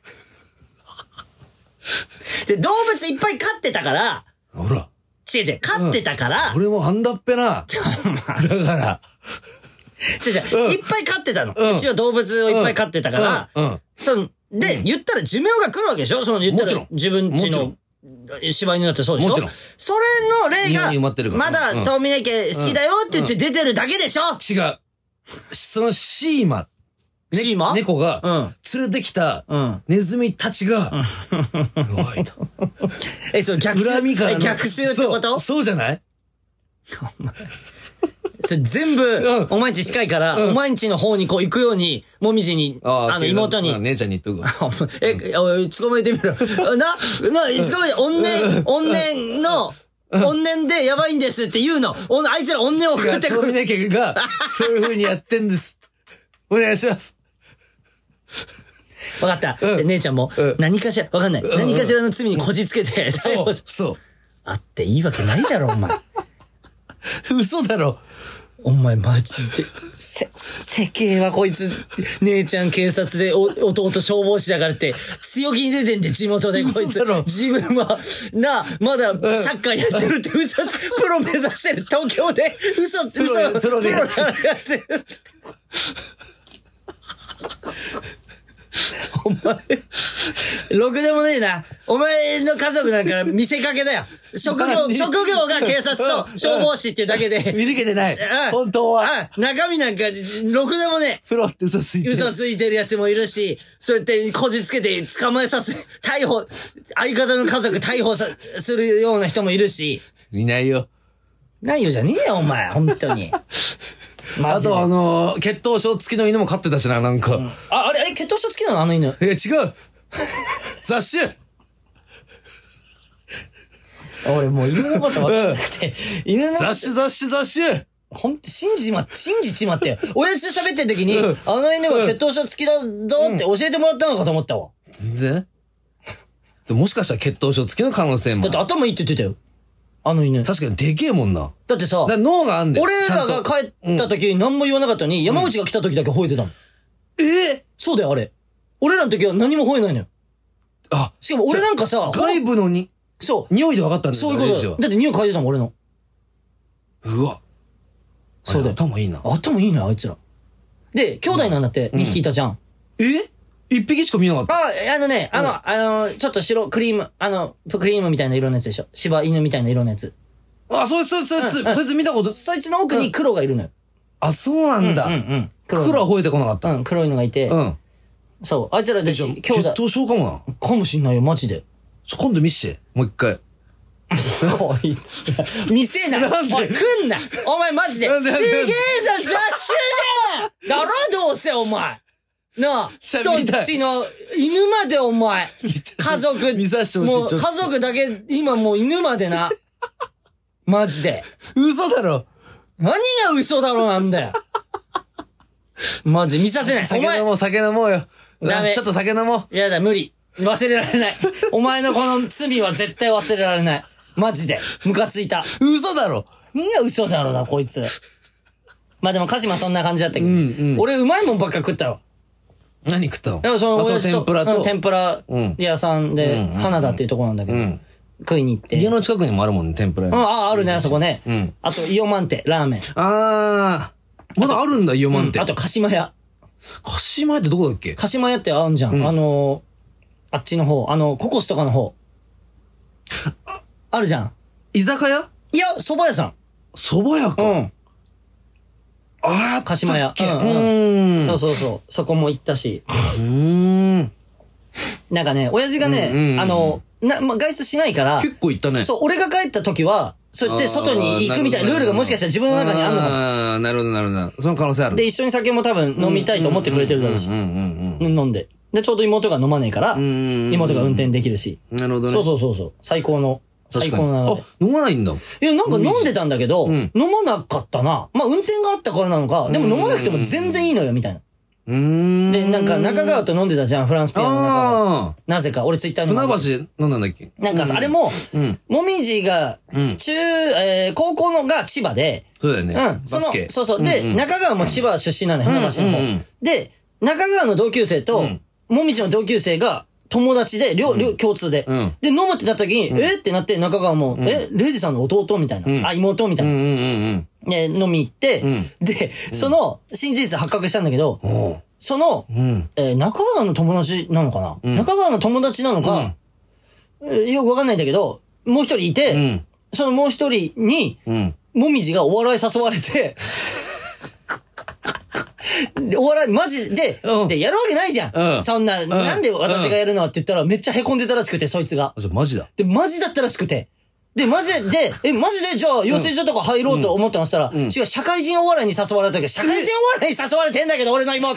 A: で、動物いっぱい飼ってたから。
B: ほら。
A: 違う、飼ってたから。
B: 俺もあんだっぺな。だから。
A: いっぱい飼ってたの。うちは動物をいっぱい飼ってたから。で、言ったら寿命が来るわけでしょ言ったら自分ちの芝居になってそうでしょそれの例が、まだ遠峰家好きだよって言って出てるだけでしょ
B: 違う。そのシーマ。猫が、連れてきた、ネズミたちが、弱いと。
A: その逆襲ってこと
B: そうじゃない
A: それ全部、お前んち近いから、お前んちの方にこう行くように、もみじに、妹に。
B: 姉ちゃんに言っとくわ。
A: 捕まえてみろ。捕まえて、怨念でやばいんですって言うの。あいつら怨念を送ってくる。
B: 遠峰家が、そういう風にやってんです。お願いします。
A: わかった。で、姉ちゃんも、何かしら、わかんない。何かしらの罪にこじつけて、
B: そう。
A: あっていいわけないだろ、お前。
B: 嘘だろ。
A: お前マジで、世間はこいつ、姉ちゃん警察で弟消防士だからって、強気に出てんで、地元でこいつ。自分は、まだサッカーやってるって嘘、プロ目指してる東京で、プロでやってる。お前、ろくでもねえな。お前の家族なんか見せかけだよ。職業が警察と消防士っていうだけで。
B: 見抜けてない。本当は。
A: 中身なんか、ろくでもねえ。
B: プロって嘘ついてる。
A: 嘘ついてるやつもいるし、そうやってこじつけて捕まえさせ、相方の家族逮捕するような人もいるし。
B: いないよ。
A: ないよじゃねえよ、お前。本当に。
B: あと血統症付きの犬も飼ってたしな、なんか。
A: あれ、血統症付きなのあの犬。
B: 違う。雑種
A: 俺もう犬のこと分かんなくて。犬の
B: 雑種
A: ほんと信じちまって。親父と喋ってる時に、あの犬が血統症付きだぞって教えてもらったのかと思ったわ。
B: 全然もしかしたら血統症付きの可能性も。
A: だって頭いいって言ってたよ。あの犬。
B: 確かにでけえもんな。
A: だってさ、
B: 脳があんだよ。
A: 俺らが帰った時に何も言わなかったのに、山口が来た時だけ吠えてたの。そうだよ、あれ。俺らの時は何も吠えないのよ。しかも俺なんかさ、
B: 外部の
A: そう。
B: 匂いで分かったんだよ。
A: そういうことだ。だって匂い嗅いでたもん、俺の。
B: うわ。そうだよ。頭いいな。
A: 頭いいのよ、あいつら。で、兄弟なんだって、2匹いたじゃん。
B: 1匹しか見なかった。
A: ちょっと白、クリーム、クリームみたいな色のやつでしょ。柴犬みたいな色のやつ。
B: そいつ見たこと。
A: そいつの奥に黒がいるのよ。
B: そうなんだ。黒は吠えてこなかった。
A: 黒いのがいて。そう。あいつらで兄弟。
B: 血統症かもな。
A: かもしんないよ、マジで。
B: 今度見して。もう一回。
A: こいつ。見せな。おい、来んな。お前マジで。すげえぞ、雑種じゃんだろどうせ、お前。なあ、人んちの犬までお前。家族。もう家族だけ、今もう犬までな。マジで。
B: 嘘だろ。
A: 何が嘘だろなんだよ。マジ見させない。
B: 酒飲もうよ。
A: ダメ。
B: ちょっと酒飲も
A: う。やだ、無理。忘れられない。お前のこの罪は絶対忘れられない。マジで。ムカついた。
B: 嘘だろ。
A: 何が嘘だろうな、こいつ。まあでも鹿島そんな感じだったけど。俺うまいもんばっか食ったわ。
B: 何食ったの？
A: でもその親父と天ぷら屋さんで、花田っていうところなんだけど、食いに行って。
B: 家の近くにもあるもんね、天ぷら屋。
A: あるね、あそこね。あと、イオマンテ、ラーメン。
B: まだあるんだ、イオマンテ。
A: あと、鹿島屋。
B: 鹿島屋ってどこだっけ？
A: 鹿島屋ってあるじゃん。あっちの方、ココスとかの方。あるじゃん。
B: 居酒屋？
A: いや、蕎麦屋さん。
B: 蕎麦屋か。
A: 鹿島屋。そうそうそう。そこも行ったし。なんかね、親父がね、外出しないから。
B: 結構行ったね。
A: そう、俺が帰った時は、そうやって外に行くみたいなルールがもしかしたら自分の中にあるのかな。
B: なるほど。その可能性ある。
A: で、一緒に酒も多分飲みたいと思ってくれてるだろうし。飲んで。で、ちょうど妹が飲まねえから、妹が運転できるし。
B: なるほどね。
A: そう。最高の流れ。
B: 飲まないんだ。
A: いや、なんか飲んでたんだけど、飲まなかったな。まあ、運転があったからなのか、でも飲まなくても全然いいのよ、みたいな。で、なんか中川と飲んでたじゃん、フランスピアノの中川。なぜか、俺ツイッターに。
B: 船橋で飲んだんだっけ？
A: なんかさ、あれも、もみじが、高校のが千葉で、
B: そうだよね。
A: そう。で、中川も千葉出身なのよ、船橋の方。で、中川の同級生と、もみじの同級生が、友達で、共通で。で、飲むってなった時に、ってなって中川も、レイジさんの弟みたいな。妹みたいな。で、飲み行って、で、その、新事実発覚したんだけど、その、中川の友達なのかな？中川の友達なのか、よくわかんないんだけど、もう一人いて、そのもう一人に、もみじがお笑い誘われて、お笑いマジで、で、やるわけないじゃん。そんな、なんで私がやるのって言ったらめっちゃ凹んでたらしくて、そいつが。
B: マジだ。
A: で、マジだったらしくて。で、マジでじゃあ、養成所とか入ろうと思ったのしたら、違う、社会人お笑いに誘われたけど、社会人お笑いに誘われてんだけど、俺の妹。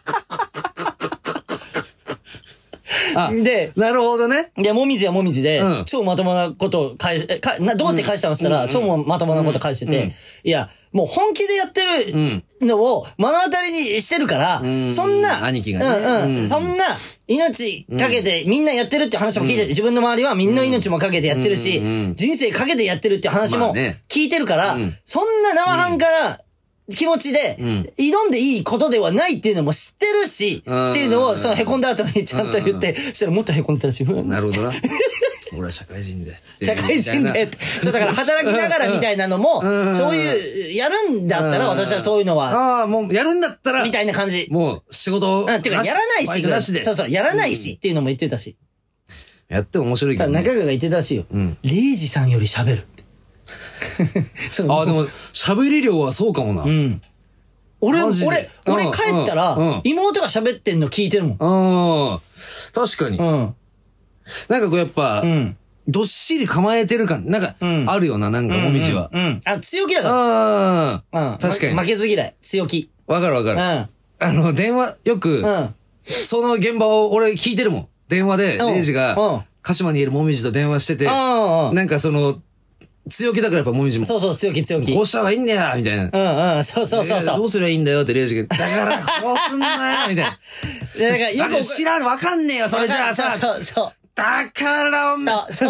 A: で、
B: なるほどね。
A: で、もみじはもみじで、超まともなことをどうやって返したのって言ったら、超まともなこと返してて、いや、もう本気でやってるのを目の当たりにしてるから、そんな、
B: 兄貴がね。
A: そんな、命かけてみんなやってるって話も聞いて、自分の周りはみんな命もかけてやってるし、人生かけてやってるって話も聞いてるから、そんな生半可な気持ちで、挑んでいいことではないっていうのも知ってるし、っていうのを、その凹んだ後にちゃんと言って、したらもっと凹んでたらしい。
B: なるほどな。俺は社会人で。
A: 社会人で。そう、だから働きながらみたいなのも、そういう、やるんだったら私はそういうのは。
B: ああ、もうやるんだったら。
A: みたいな感じ。
B: もう仕事。
A: てか、やらないし。そうそう、やらないしっていうのも言ってたし。
B: やっても面白いけどね。
A: 中川が言ってたらしいよ。レイジさんより喋るって。
B: ああ、でも、喋り量はそうかもな。
A: 俺帰ったら、妹が喋ってんの聞いてるもん。
B: 確かに。なんかこうやっぱ、どっしり構えてる感、なんか、あるよな、なんかもみじは。
A: 強気だから。
B: 確かに。
A: 負けず嫌い。強気。
B: わかるわかる。電話、よく、その現場を俺聞いてるもん。電話で、レイジが、鹿島にいるもみじと電話してて、なんかその、強気だからやっぱもみじも。
A: そうそう、強気。
B: こうした方がいいんだよみたいな。
A: そう。
B: どうすりゃいいんだよってレイジが、だからこうすんなよみたいな。だからよく知らん、わかんねえよ、それじゃあさ。そう。だから
A: そう。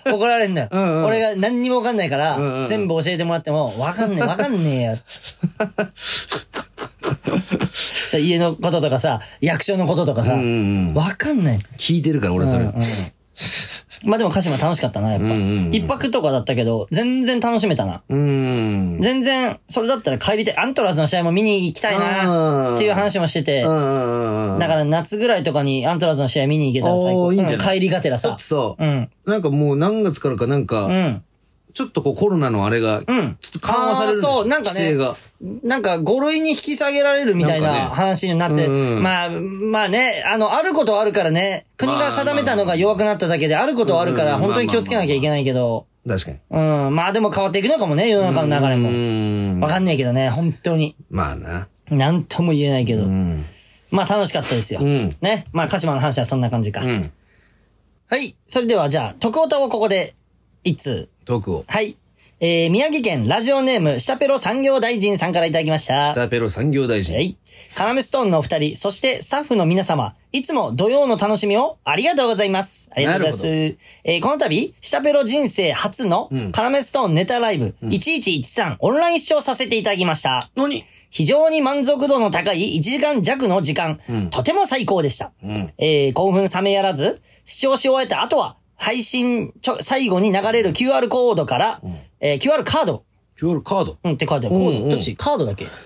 A: 怒られんだよ。俺が何にもわかんないから、全部教えてもらっても、わかんねえよ。家のこととかさ、役所のこととかさ、わかんない。
B: 聞いてるから俺それ。
A: まあでも鹿島楽しかったな、やっぱ。一泊とかだったけど、全然楽しめたな。全然、それだったら帰りたい。アントラーズの試合も見に行きたいなっていう話もしてて。だから夏ぐらいとかにアントラーズの試合見に行けたら最高。いいんじゃない？帰りがてらさ。
B: そう。なんかもう何月からかなんか、ちょっとこうコロナのあれが、ちょっと緩和されるんですよ。そう、なんかね、
A: なんか5類に引き下げられるみたいな話になって、まあね、あることはあるからね、国が定めたのが弱くなっただけで、あることはあるから、本当に気をつけなきゃいけないけど。
B: 確かに。
A: まあでも変わっていくのかもね、世の中の流れも。わかんないけどね、本当に。
B: まあな。
A: なんとも言えないけど。まあ楽しかったですよ。ね。まあ鹿島の話はそんな感じか。はい。それではじゃあ、徳オタをここで、一通。
B: 徳を。
A: はい。宮城県ラジオネーム、下ペロ産業大臣さんからいただきました。
B: 下ペロ産業大臣。
A: はい。カナメストーンのお二人、そしてスタッフの皆様、いつも土曜の楽しみをありがとうございます。ありがとうございます。この度、下ペロ人生初のカナメストーンネタライブ、1113オンライン視聴させていただきました。
B: 何？
A: 非常に満足度の高い1時間弱の時間、とても最高でした。興奮冷めやらず、視聴し終えた後は、配信最後に流れる QR コードから、QR カード。
B: QR カード
A: って書いてある。どっち？カードだっけわ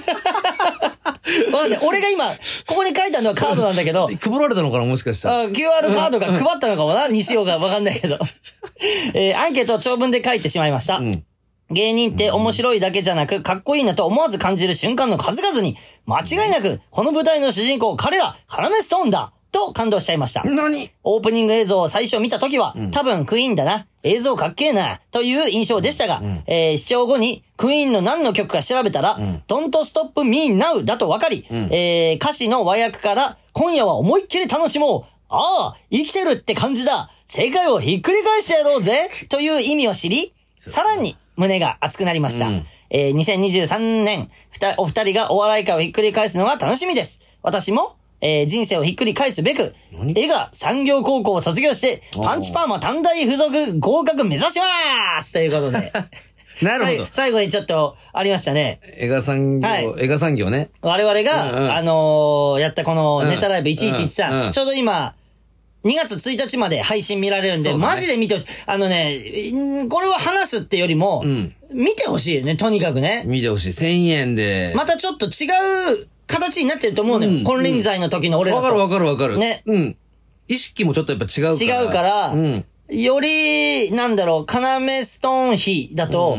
A: かんない。俺が今、ここに書いたのはカードなんだけど。
B: 配られたのかなもしかしたら。
A: QR カードが配ったのかもなにしようがわかんないけど。アンケートを長文で書いてしまいました。芸人って面白いだけじゃなく、かっこいいなと思わず感じる瞬間の数々に、間違いなく、この舞台の主人公、彼ら、カナメストーンだと感動しちゃいました。
B: 何？
A: オープニング映像を最初見たときは、多分クイーンだな、映像かっけえな、という印象でしたが、視聴後にクイーンの何の曲か調べたら、Don't Stop Me Now だと分かり、歌詞の和訳から、今夜は思いっきり楽しもう、ああ、生きてるって感じだ、世界をひっくり返してやろうぜ、という意味を知り、さらに胸が熱くなりました。2023年、お二人がお笑い界をひっくり返すのが楽しみです。私も、人生をひっくり返すべく、江賀産業高校を卒業して、パンチパーマ短大附属合格目指しますということで。
B: なるほど。
A: 最後にちょっとありましたね。
B: 江賀産業ね。
A: 我々が、やったこのネタライブ1113、ちょうど今、2月1日まで配信見られるんで、マジで見てほしい。これは話すってよりも、見てほしいよね、とにかくね。
B: 見てほしい。1000円で。
A: またちょっと違う形になってると思うのよ。金輪際の時の俺らと。
B: わかる。ね。意識もちょっとやっぱ違うから。
A: 違うから、より、なんだろう、カナメストーン比だと、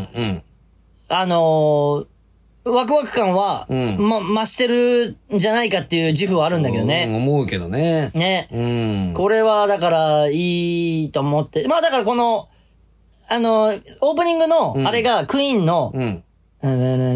A: ワクワク感は、増してるんじゃないかっていう自負はあるんだけどね。
B: 思うけどね。
A: ね。これは、だから、いいと思って。まあ、だからこの、オープニングの、あれが、クイーンの、や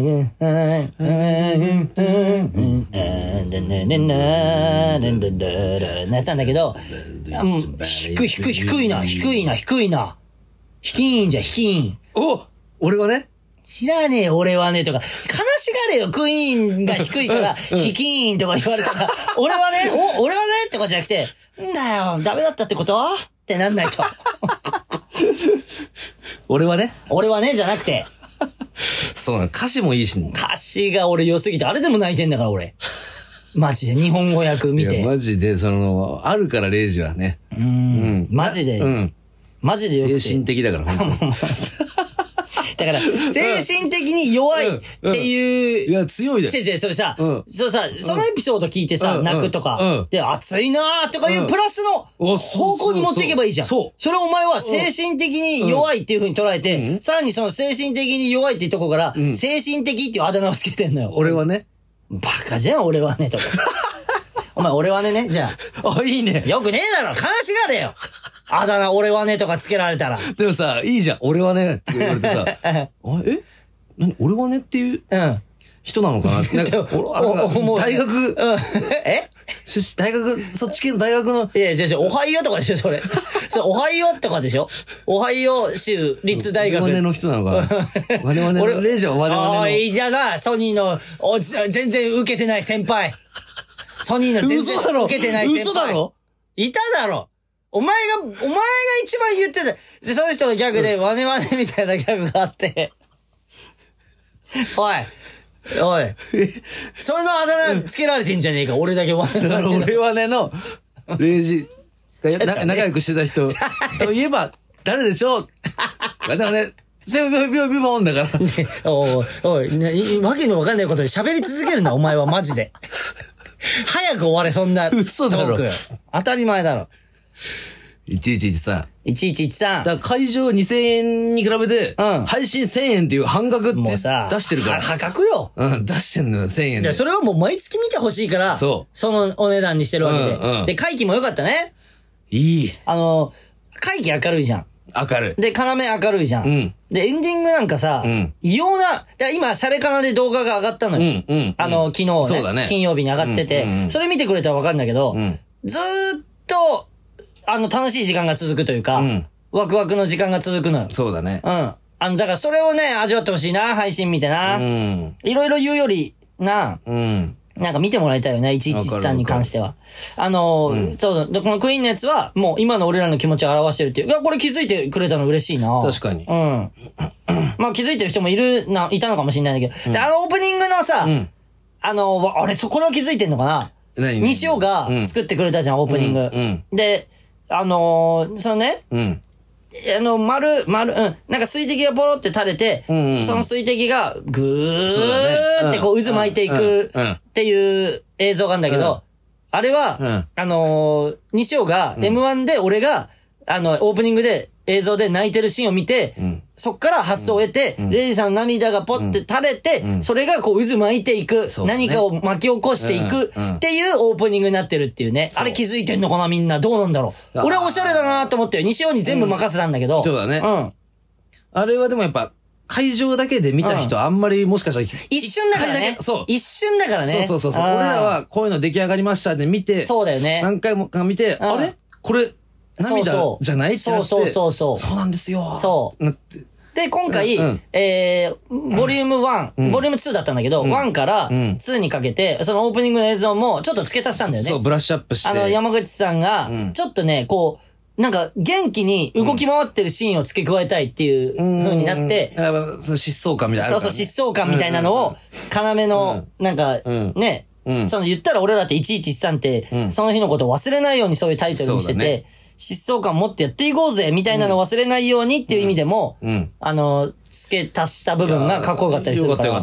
A: つなんだけど、低いな。低いんじゃ、低いん。
B: お！俺はね。
A: 知らねえ、俺はね、とか、悲しがれよ、クイーンが低いから、低いんとか言われたら、俺はねとかじゃなくて、んだよ、ダメだったってことってなんないと。
B: 俺はね
A: じゃなくて。
B: そそうなの。歌詞もいいしね。
A: 歌詞が俺良すぎて、あれでも泣いてんだから俺。マジで、日本語訳見て。
B: いや、マジで、あるからレイジはね。
A: マジで。マジでよくて。
B: 精神的だから、本当に。
A: だから、精神的に弱いっていう。
B: いや、強いだよ。
A: 違う、それさ、そのエピソード聞いてさ、泣くとか、で、熱いなーとかいうプラスの方向に持っていけばいいじゃん。それお前は精神的に弱いっていう風に捉えて、さらにその精神的に弱いっていうところから、精神的っていうあだ名をつけてんのよ。
B: 俺はね。
A: バカじゃん、俺はね、とか。お前、俺はね、じゃ
B: あ。いいね。
A: よくねえだろ、監視がれよ。あだ名、俺はねとかつけられたら。
B: でもさ、いいじゃん。俺はねって言われてさ、何俺はねっていう人なのかなって。大学、大学、そっち系の大学の。
A: いや、オハイオとかでしょ、それ。オハイオとかでしょ。オハイオ州立大学。
B: 我々の人なのかな。我々のレジャー我々の。
A: いいじゃな、ソニーの、全然受けてない先輩。ソニーの全然受けてない先輩。
B: 嘘だろ
A: いただろ。お前が一番言ってた。で、その人のギャグで、ワネワネみたいなギャグがあって。おい。それのあだ名つけられてんじゃねえか、俺だけワネワネ。
B: 俺はねの、レイジが仲良くしてた人といえば、誰でしょうだからね、ビョボンだから。
A: おい、わけのわかんないことで喋り続けるんだ、お前はマジで。早く終われ、そんな。
B: 嘘だろ。
A: 当たり前だろ。
B: 1113。
A: 1113。
B: だから会場2000円に比べて、配信1000円っていう半額って出してるから。
A: 破格よ。
B: 出してんのよ、1000円で。
A: それはもう毎月見てほしいから、そのお値段にしてるわけで。で、会期も良かったね。
B: いい。
A: 会期明るいじゃん。
B: 明るい。
A: で、要明るいじゃん。で、エンディングなんかさ、異様な、今、シャレカナで動画が上がったのよ。昨日ね、金曜日に上がってて、それ見てくれたらわかるんだけど、ずーっと、楽しい時間が続くというか、ワクワクの時間が続くのよ。
B: そうだね。
A: だからそれをね、味わってほしいな、配信見てな。いろいろ言うより、なんか見てもらいたいよね、113に関しては。そうだ、このクイーンのやつは、もう今の俺らの気持ちを表してるっていう。いや、これ気づいてくれたの嬉しいな。
B: 確かに。
A: まあ気づいてる人もいたのかもしれないんだけど。で、オープニングのさ、俺、これは気づいてんのかな？西尾が作ってくれたじゃん、オープニング。で、そのね、なんか水滴がポロって垂れて、その水滴がぐーってこう渦巻いていくっていう映像があるんだけど、あれは、西尾が M1 で俺が、オープニングで映像で泣いてるシーンを見て、そっから発想を得て、レイジさんの涙がポッて垂れて、それがこう渦巻いていく、何かを巻き起こしていくっていうオープニングになってるっていうね。あれ気づいてんのかなみんな。どうなんだろう。俺はおしゃれだなと思って西尾に全部任せたんだけど。
B: そうだね。あれはでもやっぱ、会場だけで見た人あんまりもしかしたら、
A: 一瞬だからね。そう。一瞬だからね。
B: そう。俺らはこういうの出来上がりましたで見て、
A: そうだよね。
B: 何回も見て、あれこれ、涙じゃないってなって。そうなんですよ。
A: そう。で、今回、ボリューム1、ボリューム2だったんだけど、1から2にかけて、そのオープニングの映像もちょっと付け足したんだよね。
B: そう、ブラッシュアップして。
A: 山口さんが、ちょっとね、こう、なんか元気に動き回ってるシーンを付け加えたいっていう風になって、
B: 疾走感みたいな。
A: そう、疾走感みたいなのを、要の、なんか、ね、言ったら俺らって113って、その日のことを忘れないようにそういうタイトルにしてて、疾走感持ってやっていこうぜみたいなのを忘れないようにっていう意味でも、付け足した部分がかっこよかったりするから。
B: よかった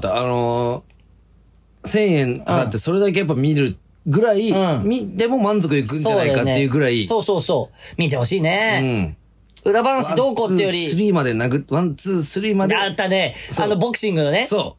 B: 。1000円払ってそれだけやっぱ見るぐらい、でも満足いくんじゃないかっていうぐらい。
A: そう。見てほしいね。裏話どうこうってより。
B: 1、2、3までワン、ツー、スリーまで。
A: あったね。ボクシングのね。
B: そう。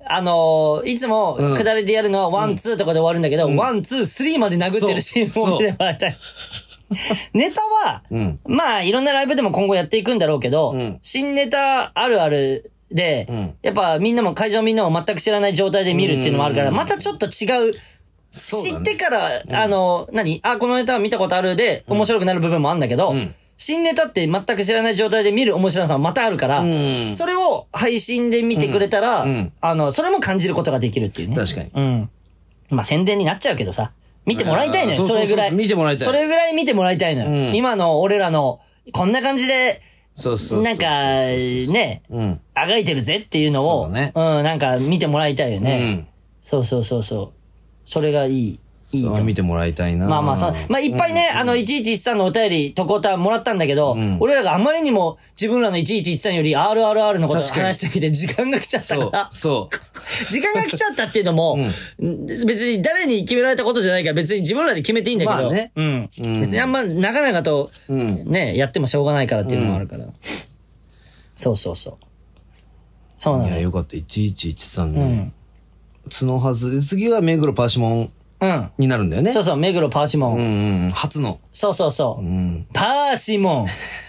A: いつも、下りでやるのはワン、ツーとかで終わるんだけど、ワン、ツー、スリーまで殴ってるシーンを見てもらいたい。ネタは、まあ、いろんなライブでも今後やっていくんだろうけど、新ネタあるあるで、やっぱ会場みんなも全く知らない状態で見るっていうのもあるから、またちょっと違う、知ってから、このネタ見たことあるで、面白くなる部分もあるんだけど、新ネタって全く知らない状態で見る面白さもまたあるから、それを配信で見てくれたら、それも感じることができるっていうね。
B: 確かに。
A: まあ宣伝になっちゃうけどさ。見てもらいたいのよ、それぐらい。
B: 見てもらいたい。
A: それぐらい見てもらいたいのよ。今の俺らの、こんな感じで、 なんか、ね、あがいてるぜっていうのを、なんか見てもらいたいよね。そう。それがいい。
B: 見てもらいたいな。
A: まあ、いっぱいね、1113のお便り、とこたもらったんだけど、俺らがあまりにも自分らの1113より RRR のことを話してみて時間が来ちゃったから。時間が来ちゃったっていうのも、別に誰に決められたことじゃないから別に自分らで決めていいんだけど、別にあんまなかなかと、ね、やってもしょうがないからっていうのもあるから。そう。そうなの。
B: いや、よかった。1113ね。角はずで、次は目黒パーシモン。になるんだよね。
A: そう、目黒パーシモン。
B: 初の。
A: そう。パーシモン。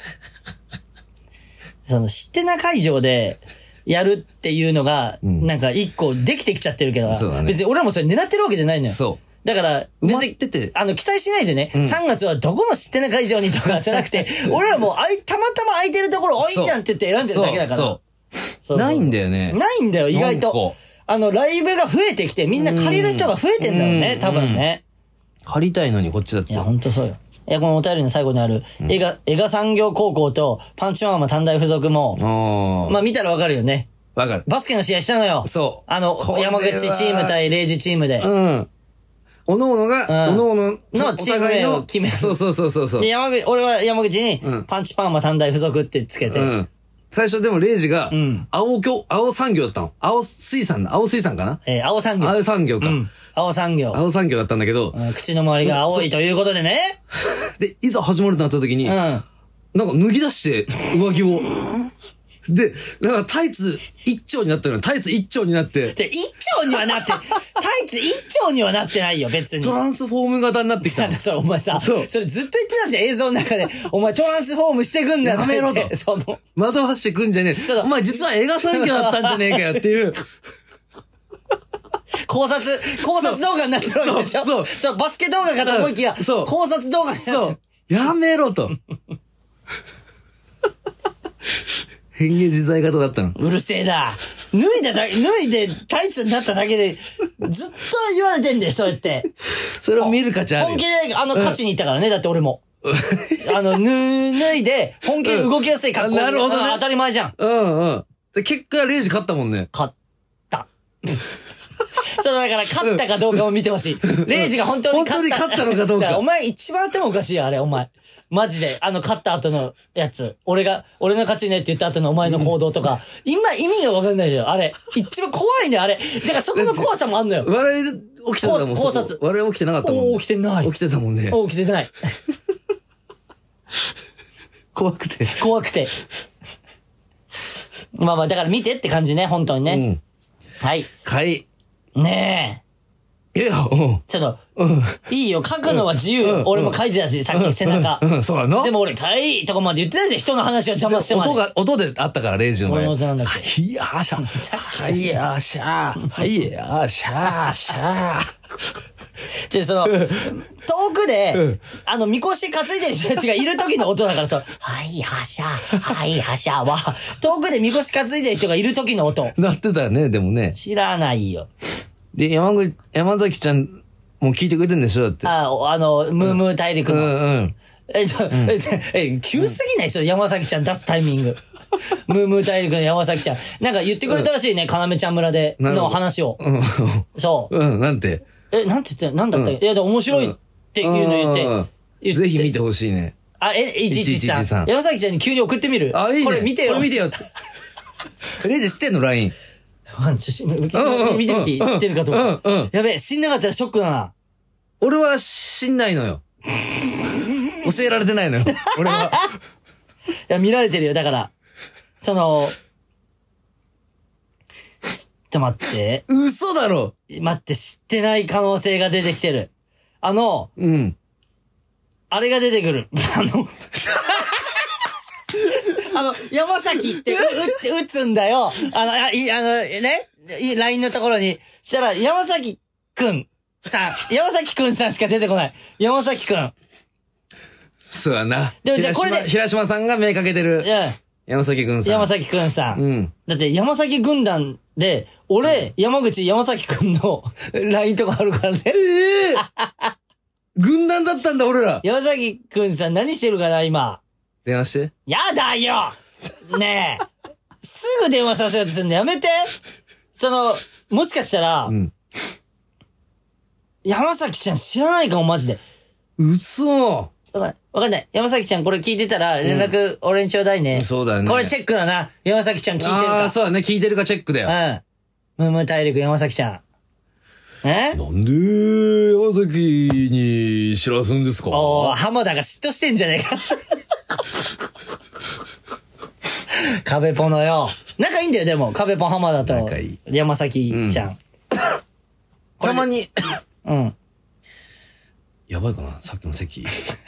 A: 知ってな会場でやるっていうのが、なんか一個できてきちゃってるけど、別に俺らもそれ狙ってるわけじゃないのよ。だから、別に、期待しないでね、3月はどこの知ってな会場にとかじゃなくて、俺らもたまたま空いてるところ、いいじゃんって言って選んでるだけだから。
B: ないんだよね。
A: ないんだよ、意外と。ライブが増えてきて、みんな借りる人が増えてんだろうね、多分ね。
B: 借りたいのにこっちだって。
A: いや、ほんとそうよ。このお便りの最後にある、映画産業高校とパンチマンマ短大附属も、まあ見たらわかるよね。
B: わかる。
A: バスケの試合したのよ。山口チーム対0時チームで。
B: おのおのが、おのおの
A: のチーム名を決める。
B: そう。
A: で、俺は山口に、パンチパンマ短大附属ってつけて。
B: 最初でもレイジが、青産業だったの。青水産かな
A: 青産業。
B: 青産業か。
A: 青産業。
B: 青産業だったんだけど。
A: 口の周りが青いということでね。
B: で、いざ始まるとなった時に、なんか脱ぎ出して、上着を。で、なんかタイツ一丁になったのよ。タイツ一丁になって。
A: で、一丁にはなって、タイツ一丁にはなってないよ、別に。
B: トランスフォーム型になってきたの。
A: それお前さ、それずっと言ってたじゃん、映像の中で。お前トランスフォームしてくんだよ。
B: やめろと。惑わしてくんじゃねえ。お前実は映画産業だったんじゃねえかよっていう。
A: 考察動画になってるわけでしょ。そう、バスケ動画かと思いきや、考察動画になってる。そう。
B: やめろと。変幻自在型だったの。
A: うるせえな。脱いでタイツになっただけで、ずっと言われてんだよ、そうやって。
B: それを見る価値ある。
A: 本気で、勝ちに行ったからね、だって俺も。脱いで、本気で動きやすい格好。
B: なるほどね。
A: 当たり前じゃん。
B: で、結果、レイジ勝ったもんね。
A: 勝った。そう、だから勝ったかどうかも見てほしい。レイジが本当に勝ったのかどうか。お前一番頭おかしいよ、あれ、お前。マジで、勝った後のやつ。俺の勝ちねって言った後のお前の行動とか、今意味がわかんないよ、あれ。一番怖いね、あれ。だからそこの怖さもあんのよ。
B: 笑い起きてたもん。
A: 考察。
B: 笑い起きてなかったもん。
A: 起きてない。
B: 起きてたもんね。
A: 起きてない。
B: 怖くて。
A: まあ、だから見てって感じね、本当にね。はい。ねえ。
B: いや、
A: ちょっと、いいよ、書くのは自由。俺も書いてたし、さっき背中。
B: そうだな。
A: でも俺、いいとこまで言ってたじゃん、人の話を邪魔してまで。
B: 音であったから、レイジの前。
A: 俺の音なんだっけ。
B: はいやーしゃ。はいやーしゃ。はいやーしゃーしゃー。
A: 遠くで、みこし担いでる人たちがいる時の音だからさ、はいはしゃ、はいはしゃは、遠くでみこし担いでる人がいる時の音。
B: なってたよね、でもね。
A: 知らないよ。
B: で、山崎ちゃんも聞いてくれてんでしょだって。
A: ムームー大陸の。急すぎないそれ山崎ちゃん出すタイミング。ムームー大陸の山崎ちゃん。なんか言ってくれたらしいね、要ちゃん村での話を。そう。
B: なんて。
A: なんて言って、なんだったっけ？いや、でも面白いっていうの言って。
B: ぜひ見てほしいね。
A: 1113。山崎ちゃんに急に送ってみる？
B: いいね。
A: これ見てよ。
B: これ見てよって。レイジ知ってんの ?LINE。
A: 見てみて、知ってるかどうか。やべえ、知んなかったらショックだな。
B: 俺は知んないのよ。教えられてないのよ。俺は。
A: いや、見られてるよ。だから、ちょっと待って。
B: 嘘だろ。
A: 待って、知ってない可能性が出てきてる。あれが出てくる。山崎って打つんだよ。LINE のところに。したら、山崎くんさんしか出てこない。山崎くん。
B: そうやな。
A: でもじゃあこれで。
B: 平島さんが目かけてる。山崎くんさん。
A: 山崎くんさん。だって山崎軍団で、俺、山口山崎くんの LINE とかあるからね。
B: 軍団だったんだ、俺ら。
A: 山崎くんさん何してるかな、今。
B: 電話して。
A: やだよねえ。すぐ電話させようとするのやめて。もしかしたら、うん、山崎ちゃん知らないかも、マジで。
B: 嘘。
A: わかんない。山崎ちゃんこれ聞いてたら連絡俺にちょうだいね。
B: そうだよね。
A: これチェックだな。山崎ちゃん聞いてるか。
B: ああ、そうだね。聞いてるかチェックだよ。
A: うん。ムームー大陸山崎ちゃん。
B: なんで山崎に知らすんですか？
A: 浜田が嫉妬してんじゃねえか。壁ポのよ。仲いいんだよ、でも。壁ポ浜田と山崎ちゃん。
B: たまに。
A: うん。
B: やばいかなさっきの席。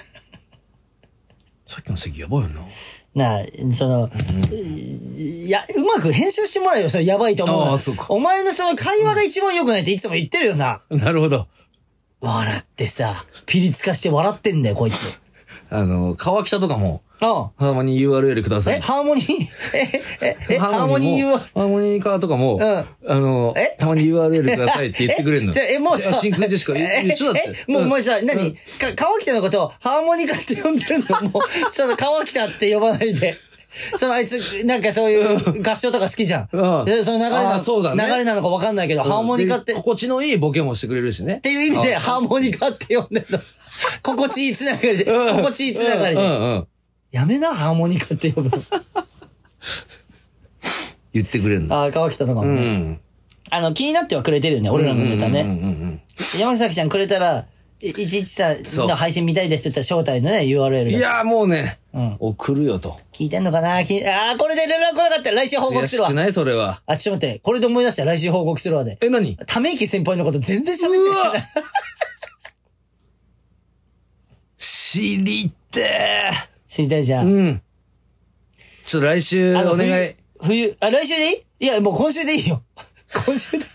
B: さっきの席やばいよな。
A: なあ、いや、うまく編集してもらえよ、それやばいと思う。
B: ああ、そうか。
A: お前のその会話が一番良くないっていつも言ってるよな。
B: なるほど。
A: 笑ってさ、ピリつかして笑ってんだよ、こいつ。
B: 川北とかも、ハーモニー URL ください。
A: ハーモニーハーモニー URL。
B: ハーモニーカーとかも、たまに URL くださいって言ってくれるの。
A: もうさ、
B: 真空ジェシカ、ちょっと待って。
A: もうお前さ、川北のことをハーモニカって呼んでるのもう、川北って呼ばないで。あいつ、なんかそういう合唱とか好きじゃん。その流れなのか分かんないけど、ハーモニカって。
B: 心地のいいボケもしてくれるしね。
A: っていう意味で、ハーモニカって呼んでるの。心地いいつながりで。心地いいつながりで。やめな、ハーモニカって呼ぶの。
B: 言ってくれるの。
A: ああ、川北とかもね。気になってはくれてるよね、俺らのネタね。山崎ちゃんくれたら、113の配信見たいですって言ったら招待のね、URL。
B: いや、もうね、送るよと。
A: 聞いてんのかなこれで連絡来なかったら来週報告するわ。
B: 悔しくないそれは。
A: ちょっと待って、これで思い出したら来週報告するわで。
B: 何？
A: ため池先輩のこと全然喋ってない。
B: 知りてー。
A: 知りたいじゃん。
B: ちょっと来週お願い。
A: 来週でいい？いや、もう今週でいいよ。今週で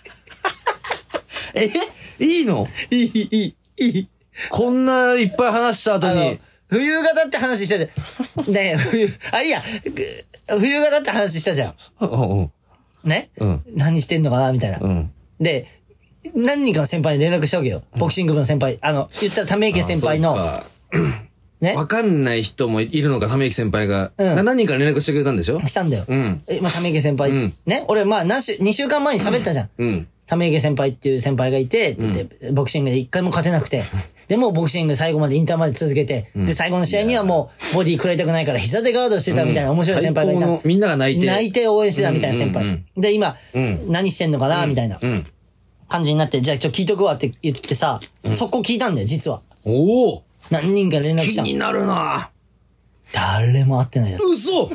B: いいの？
A: いい。
B: こんないっぱい話した後に。
A: 冬型って話したじゃん。ねえ、いいや。冬型って話したじゃん。ね？何してんのかなみたいな。で、何人かの先輩に連絡したわけよ。ボクシング部の先輩。言ったらため池先輩の。
B: ね。わかんない人もいるのか、ため池先輩が。何人か連絡してくれたんでしょ？
A: したんだよ。ため池先輩。ね。俺、2週間前に喋ったじゃん。ため池先輩っていう先輩がいて、ってボクシングで一回も勝てなくて。でもボクシング最後までインターまで続けて。で、最後の試合にはもうボディ食らいたくないから膝でガードしてたみたいな面白い先輩がいた。
B: みんなが泣
A: いて応援してたみたいな先輩。で、今、何してんのかなみたいな感じになって、じゃあ聞いとくわって言ってさ、速攻聞いたんだよ、実は。
B: おお。
A: 何人か連絡した。
B: 気になるな。
A: 誰も会ってないやつ。
B: 嘘。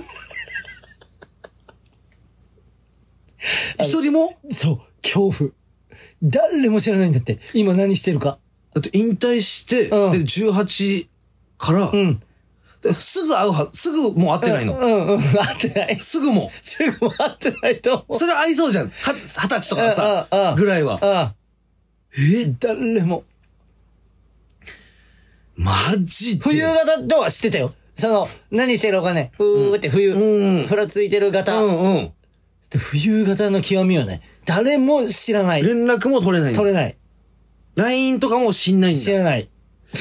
B: 一人も？
A: そう、恐怖。誰も知らないんだって。今何してるか。
B: だって引退して、で、18から、すぐ会うすぐもう会ってないの。
A: 会ってない。
B: すぐも
A: 会ってないと思う。
B: それ会いそうじゃん。20歳とかさ、ぐらいは。
A: 誰も。
B: マジで
A: 冬型とは知ってたよ。何してるのかね。ふーって冬。ふらついてる型。冬型の極みはね、誰も知らない。
B: 連絡も取れない。
A: 取れない。
B: LINE とかも知んないんだ。
A: 知らない。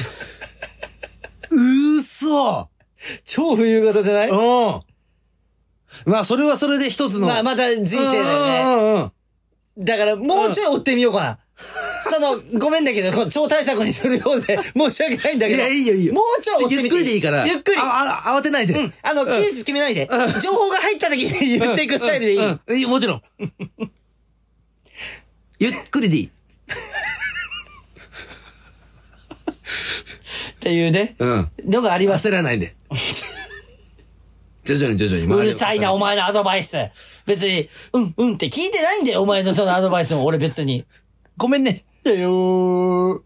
B: 嘘。
A: 超冬型じゃない？
B: まあ、それはそれで一つの。
A: また人生だよね。だから、もうちょい追ってみようかな。ごめんだけど、超対策にするようで、申し訳ないんだけど。
B: いや、いいよ。
A: もうちょい追ってみて。
B: ゆっくりでいいから。
A: ゆっくり。
B: 慌てないで。
A: 期日決めないで。情報が入った時に言っていくスタイルでいい。
B: もちろん。ゆっくりでいい。
A: っていうね。のがあります。
B: 焦らないで。徐々に。
A: うるさいな、お前のアドバイス。別に、って聞いてないんだよ、お前のそのアドバイスも、俺別に。
B: ごめんね。
A: だよー。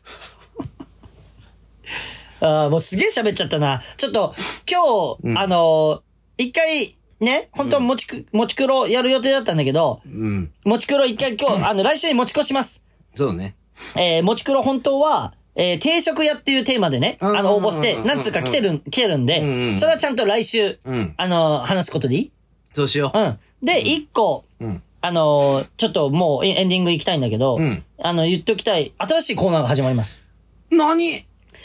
A: もうすげえ喋っちゃったな。ちょっと、今日、一回、ね、本当はもちくろやる予定だったんだけど、もちくろ一回今日、来週に持ち越します。
B: そうね。
A: もちくろ本当は、定食屋っていうテーマでね、応募して、何つうか来てるんで、それはちゃんと来週、話すことでいい？
B: そうしよう。
A: で、一個、ちょっともうエンディング行きたいんだけど、言っておきたい、新しいコーナーが始まります。
B: 何？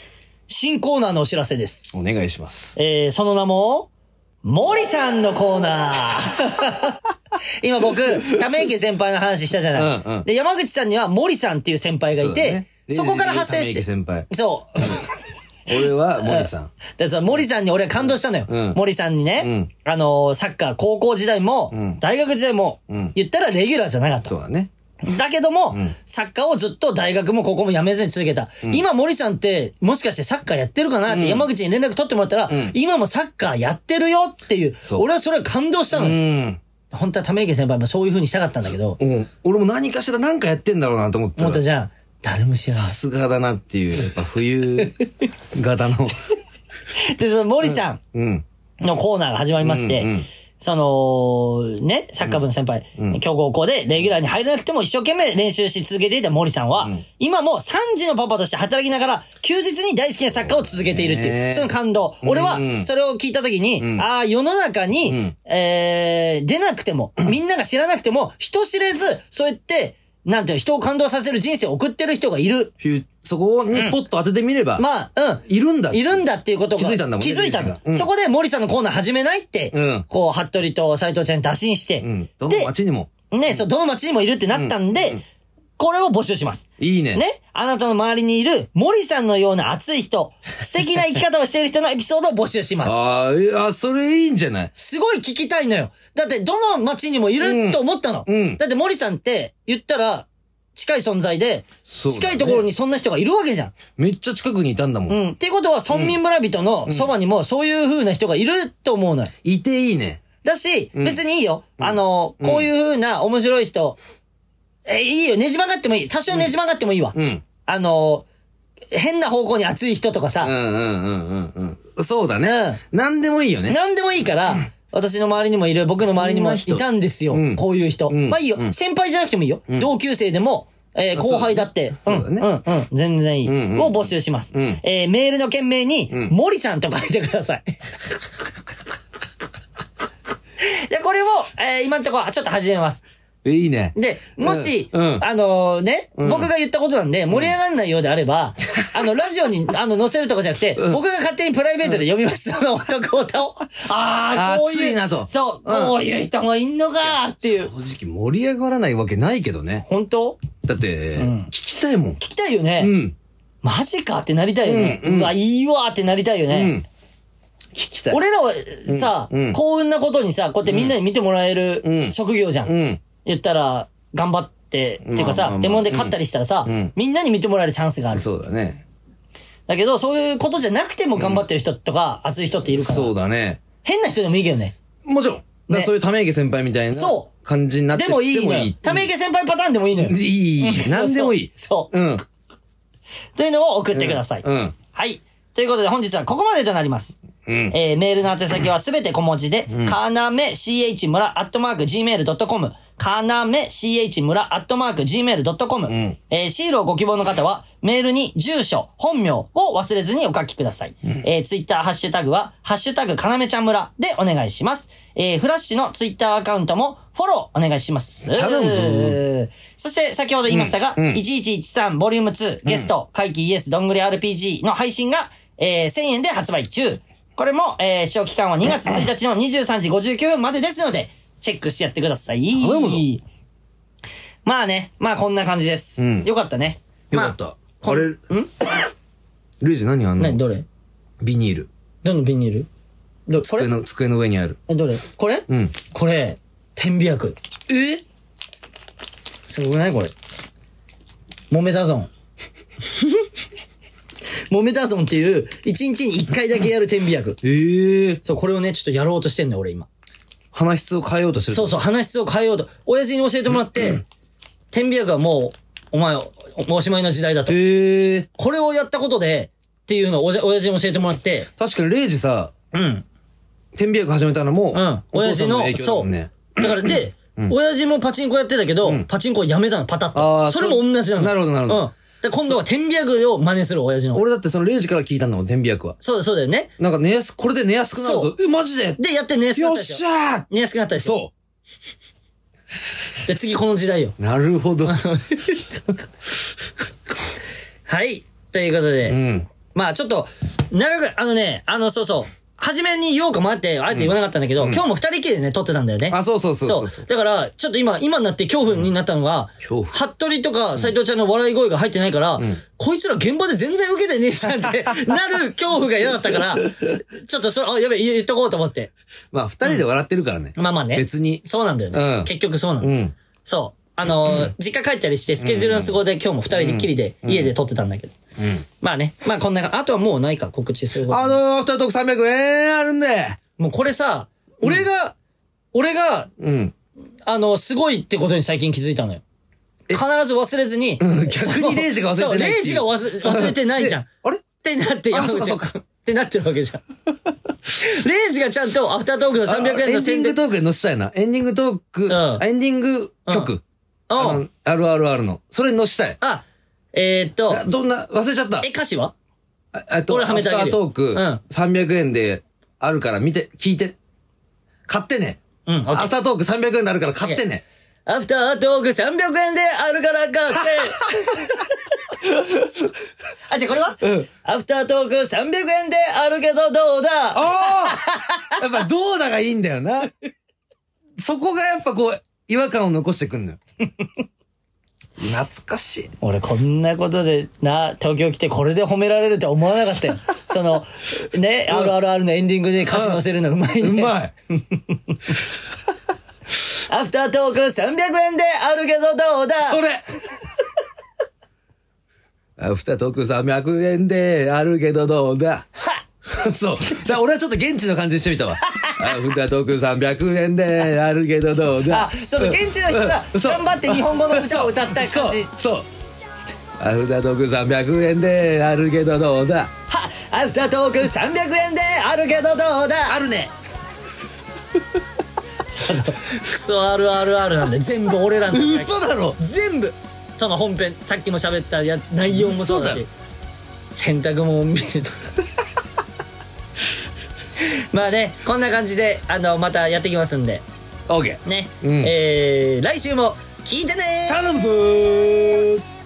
A: 新コーナーのお知らせです。
B: お願いします。
A: その名も、森さんのコーナー。今僕、ため池先輩の話したじゃない。うんうん、で、山口さんには森さんっていう先輩がいて、そこから派生して。
B: 先輩。
A: そう。 俺
B: は森さん。
A: だから森さんに俺は感動したのよ。うん、森さんにね、うん、サッカー高校時代も、うん、大学時代も、言ったらレギュラーじゃなかった。
B: そうだね。
A: だけども、サッカーをずっと大学も高校も辞めずに続けた。今森さんって、もしかしてサッカーやってるかなって山口に連絡取ってもらったら、今もサッカーやってるよっていう、俺はそれは感動したのよ。本当はため池先輩もそういう風にしたかったんだけど。
B: 俺も何かしら何かやってんだろうなと思って。
A: 思ったじゃん。誰も知らない。
B: さすがだなっていう、やっぱ冬型の。
A: で、その森さんのコーナーが始まりまして、サッカー部の先輩、強豪校でレギュラーに入れなくても一生懸命練習し続けていた森さんは、今も3児のパパとして働きながら、休日に大好きなサッカーを続けているっていう、その感動。俺は、それを聞いたときに、世の中に、出なくても、みんなが知らなくても、人知れず、そうやって、なんていう人を感動させる人生を送ってる人がいる。
B: そこにスポット当ててみれば。いるんだ。
A: いるんだっていうことが。
B: 気づいたんだもんね。
A: 気づいたんだ。そこで森さんのコーナー始めないって、こう、服部と斉藤ちゃんに打診して。
B: どの町にも。
A: ね、そう、どの町にもいるってなったんで、これを募集します。
B: いいね。
A: ね。あなたの周りにいる森さんのような熱い人、素敵な生き方をしている人のエピソードを募集します。
B: それいいんじゃない？
A: すごい聞きたいのよ。だって、どの町にもいると思ったの。だって森さんって言ったら、近い存在で、近いところにそんな人がいるわけじゃん。
B: めっちゃ近くにいたんだもん。
A: っていうことは、村民村人のそばにもそういう風な人がいると思うのよ。
B: いていいね。
A: だし、別にいいよ。こういう風な面白い人、いいよ。ねじ曲がってもいい。多少ねじ曲がってもいいわ。変な方向に熱い人とかさ。
B: そうだね。なんでもいいよね。
A: なんでもいいから、私の周りにもいる、僕の周りにもいたんですよ。こういう人。まあいいよ。先輩じゃなくてもいいよ。同級生でも、後輩だって。全然いい。を募集します。メールの件名に、森さんと書いてください。で、これを、今のところちょっと始めます。
B: いいね。
A: で、もし、僕が言ったことなんで、盛り上がんないようであれば、ラジオに、載せるとかじゃなくて、僕が勝手にプライベートで読みます、その男歌を。こういう。
B: なと。
A: そう、こういう人もいんのかっていう。
B: 正直盛り上がらないわけないけどね。
A: 本当？
B: だって、聞きたいもん。
A: 聞きたいよね。マジかってなりたいよね。うわ、いいわってなりたいよね。
B: 聞きたい。
A: 俺らはさ、幸運なことにさ、こうやってみんなに見てもらえる職業じゃん。言ったら、頑張って、っていうかさ、M1で勝ったりしたらさ、みんなに見てもらえるチャンスがある。
B: そうだね。
A: だけど、そういうことじゃなくても頑張ってる人とか、熱い人っているから。
B: そうだね。
A: 変な人でもいいけどね。
B: もちろん。そういうため池先輩みたいな感じになって
A: でもいいのよ。ため池先輩パターンでもいいのよ。
B: いい。なんでもいい。
A: そう。というのを送ってください。はい。ということで本日はここまでとなります。メールの宛先はすべて小文字で、かなめ ch 村@gmail.com、かなめ ch 村@gmail.com、シールをご希望の方は、メールに住所、本名を忘れずにお書きください。ツイッターハッシュタグは、ハッシュタグかなめちゃん村でお願いします。フラッシュのツイッターアカウントもフォローお願いします。そして先ほど言いましたが、1113ボリューム2ゲスト、怪奇イエスどんぐり RPG の配信が、1000円で発売中。これも、視聴期間は2月1日の23時59分までですので、チェックしてやってください。まあね、まあこんな感じです。よかったね。
B: よかった。あれ、ルイジ何あんの？
A: 何どれ？
B: ビニール。
A: どのビニール？
B: 机の上にある。
A: どれ？これ？これ、点鼻薬。すごくないこれ。モメダゾン。モメダゾンっていう、1日に1回だけやる点鼻薬。そう、これをね、ちょっとやろうとしてんのよ、俺今。
B: 鼻質を変えようとしてる。
A: そうそう、鼻質を変えようと。親父に教えてもらって、点鼻薬はもう、お前、おしまいの時代だと。これをやったことで、っていうのを親父に教えてもらって。
B: 確かに、レイジさ、点鼻薬始めたのも、
A: 親父の影響だもんね。だから、で、親父もパチンコやってたけど、パチンコをやめたの、パタッと。それも同じなの。
B: なるほど、なるほど。
A: で、今度は点鼻薬を真似する親父の。
B: 俺だってその0時から聞いたんだもん、点鼻薬は。
A: そうだよね。
B: なんかこれで寝やすくなるぞ。マジで
A: で、やって寝やすくなったでしょ。
B: よっしゃー
A: 寝やすくなったでしょ。そう。で、次この時代よ。
B: なるほど。
A: はい。ということで、 まあちょっと、長く、そうそう。初めに言おうか迷って、あえて言わなかったんだけど、今日も二人きりでね、撮ってたんだよね。
B: あ、そう。
A: だから、ちょっと今になって恐怖になったのが、服部とか斉藤ちゃんの笑い声が入ってないから、こいつら現場で全然受けてねえじゃんってなる恐怖が嫌だったから、ちょっっとやべえ、言っとこうと思って。
B: まあ、二人で笑ってるからね。
A: まあまあね。
B: 別に。
A: そうなんだよね。結局そうなの。そう。実家帰ったりして、スケジュールの都合で今日も二人でっきりで、家で撮ってたんだけど。まあね。まあこんな、あとはもうないか、告知すること。
B: アフタートーク300円あるんで。
A: もうこれさ、俺が、すごいってことに最近気づいたのよ。必ず忘れずに。
B: 逆にレイジが忘れてない。そう、
A: レイジが忘れてないじゃん。
B: あれ
A: ってなって、山口ってなってるわけじゃん。レイジがちゃんとアフタートークの300円の
B: 宣伝。エンディングトークで載せたいな。エンディングトーク、エンディング曲。RRR の。それに載せたい。どんな、忘れちゃった。
A: 歌詞は
B: 俺はめてあげる。アフタートーク、300円であるから見て、聞いて。買ってね。アフタートーク300円であるから買ってね。
A: アフタートーク300円であるから買って。じゃあこれはアフタートーク300円であるけどどうだ。
B: やっぱどうだがいいんだよな。そこがやっぱこう、違和感を残してくんのよ。懐かしい。
A: 俺こんなことで東京来てこれで褒められるとは思わなかったよ。RRR のエンディングで歌詞載せるのうまいね。
B: うまい。
A: アフタートーク300円であるけどどうだ。
B: それアフタートーク300円であるけどどうだ。そう。俺はちょっと現地の感じにしてみたわ。アフタートーク300円であるけどどうだ。
A: その現地の人が頑張って日本語の歌を歌った感じ。
B: そう。アフタートーク300円であるけどどうだ。
A: アフタートーク300円であるけどどうだ。
B: あるね。
A: クソ RRR なんで全部俺らの。
B: 嘘だろ。
A: 全部。その本編、さっきも喋った内容もそうだし。洗濯物を見ると。まあね、こんな感じで、またやっていきますんで。
B: OK。
A: ね。来週も聞いてねー。
B: 頼むぞー。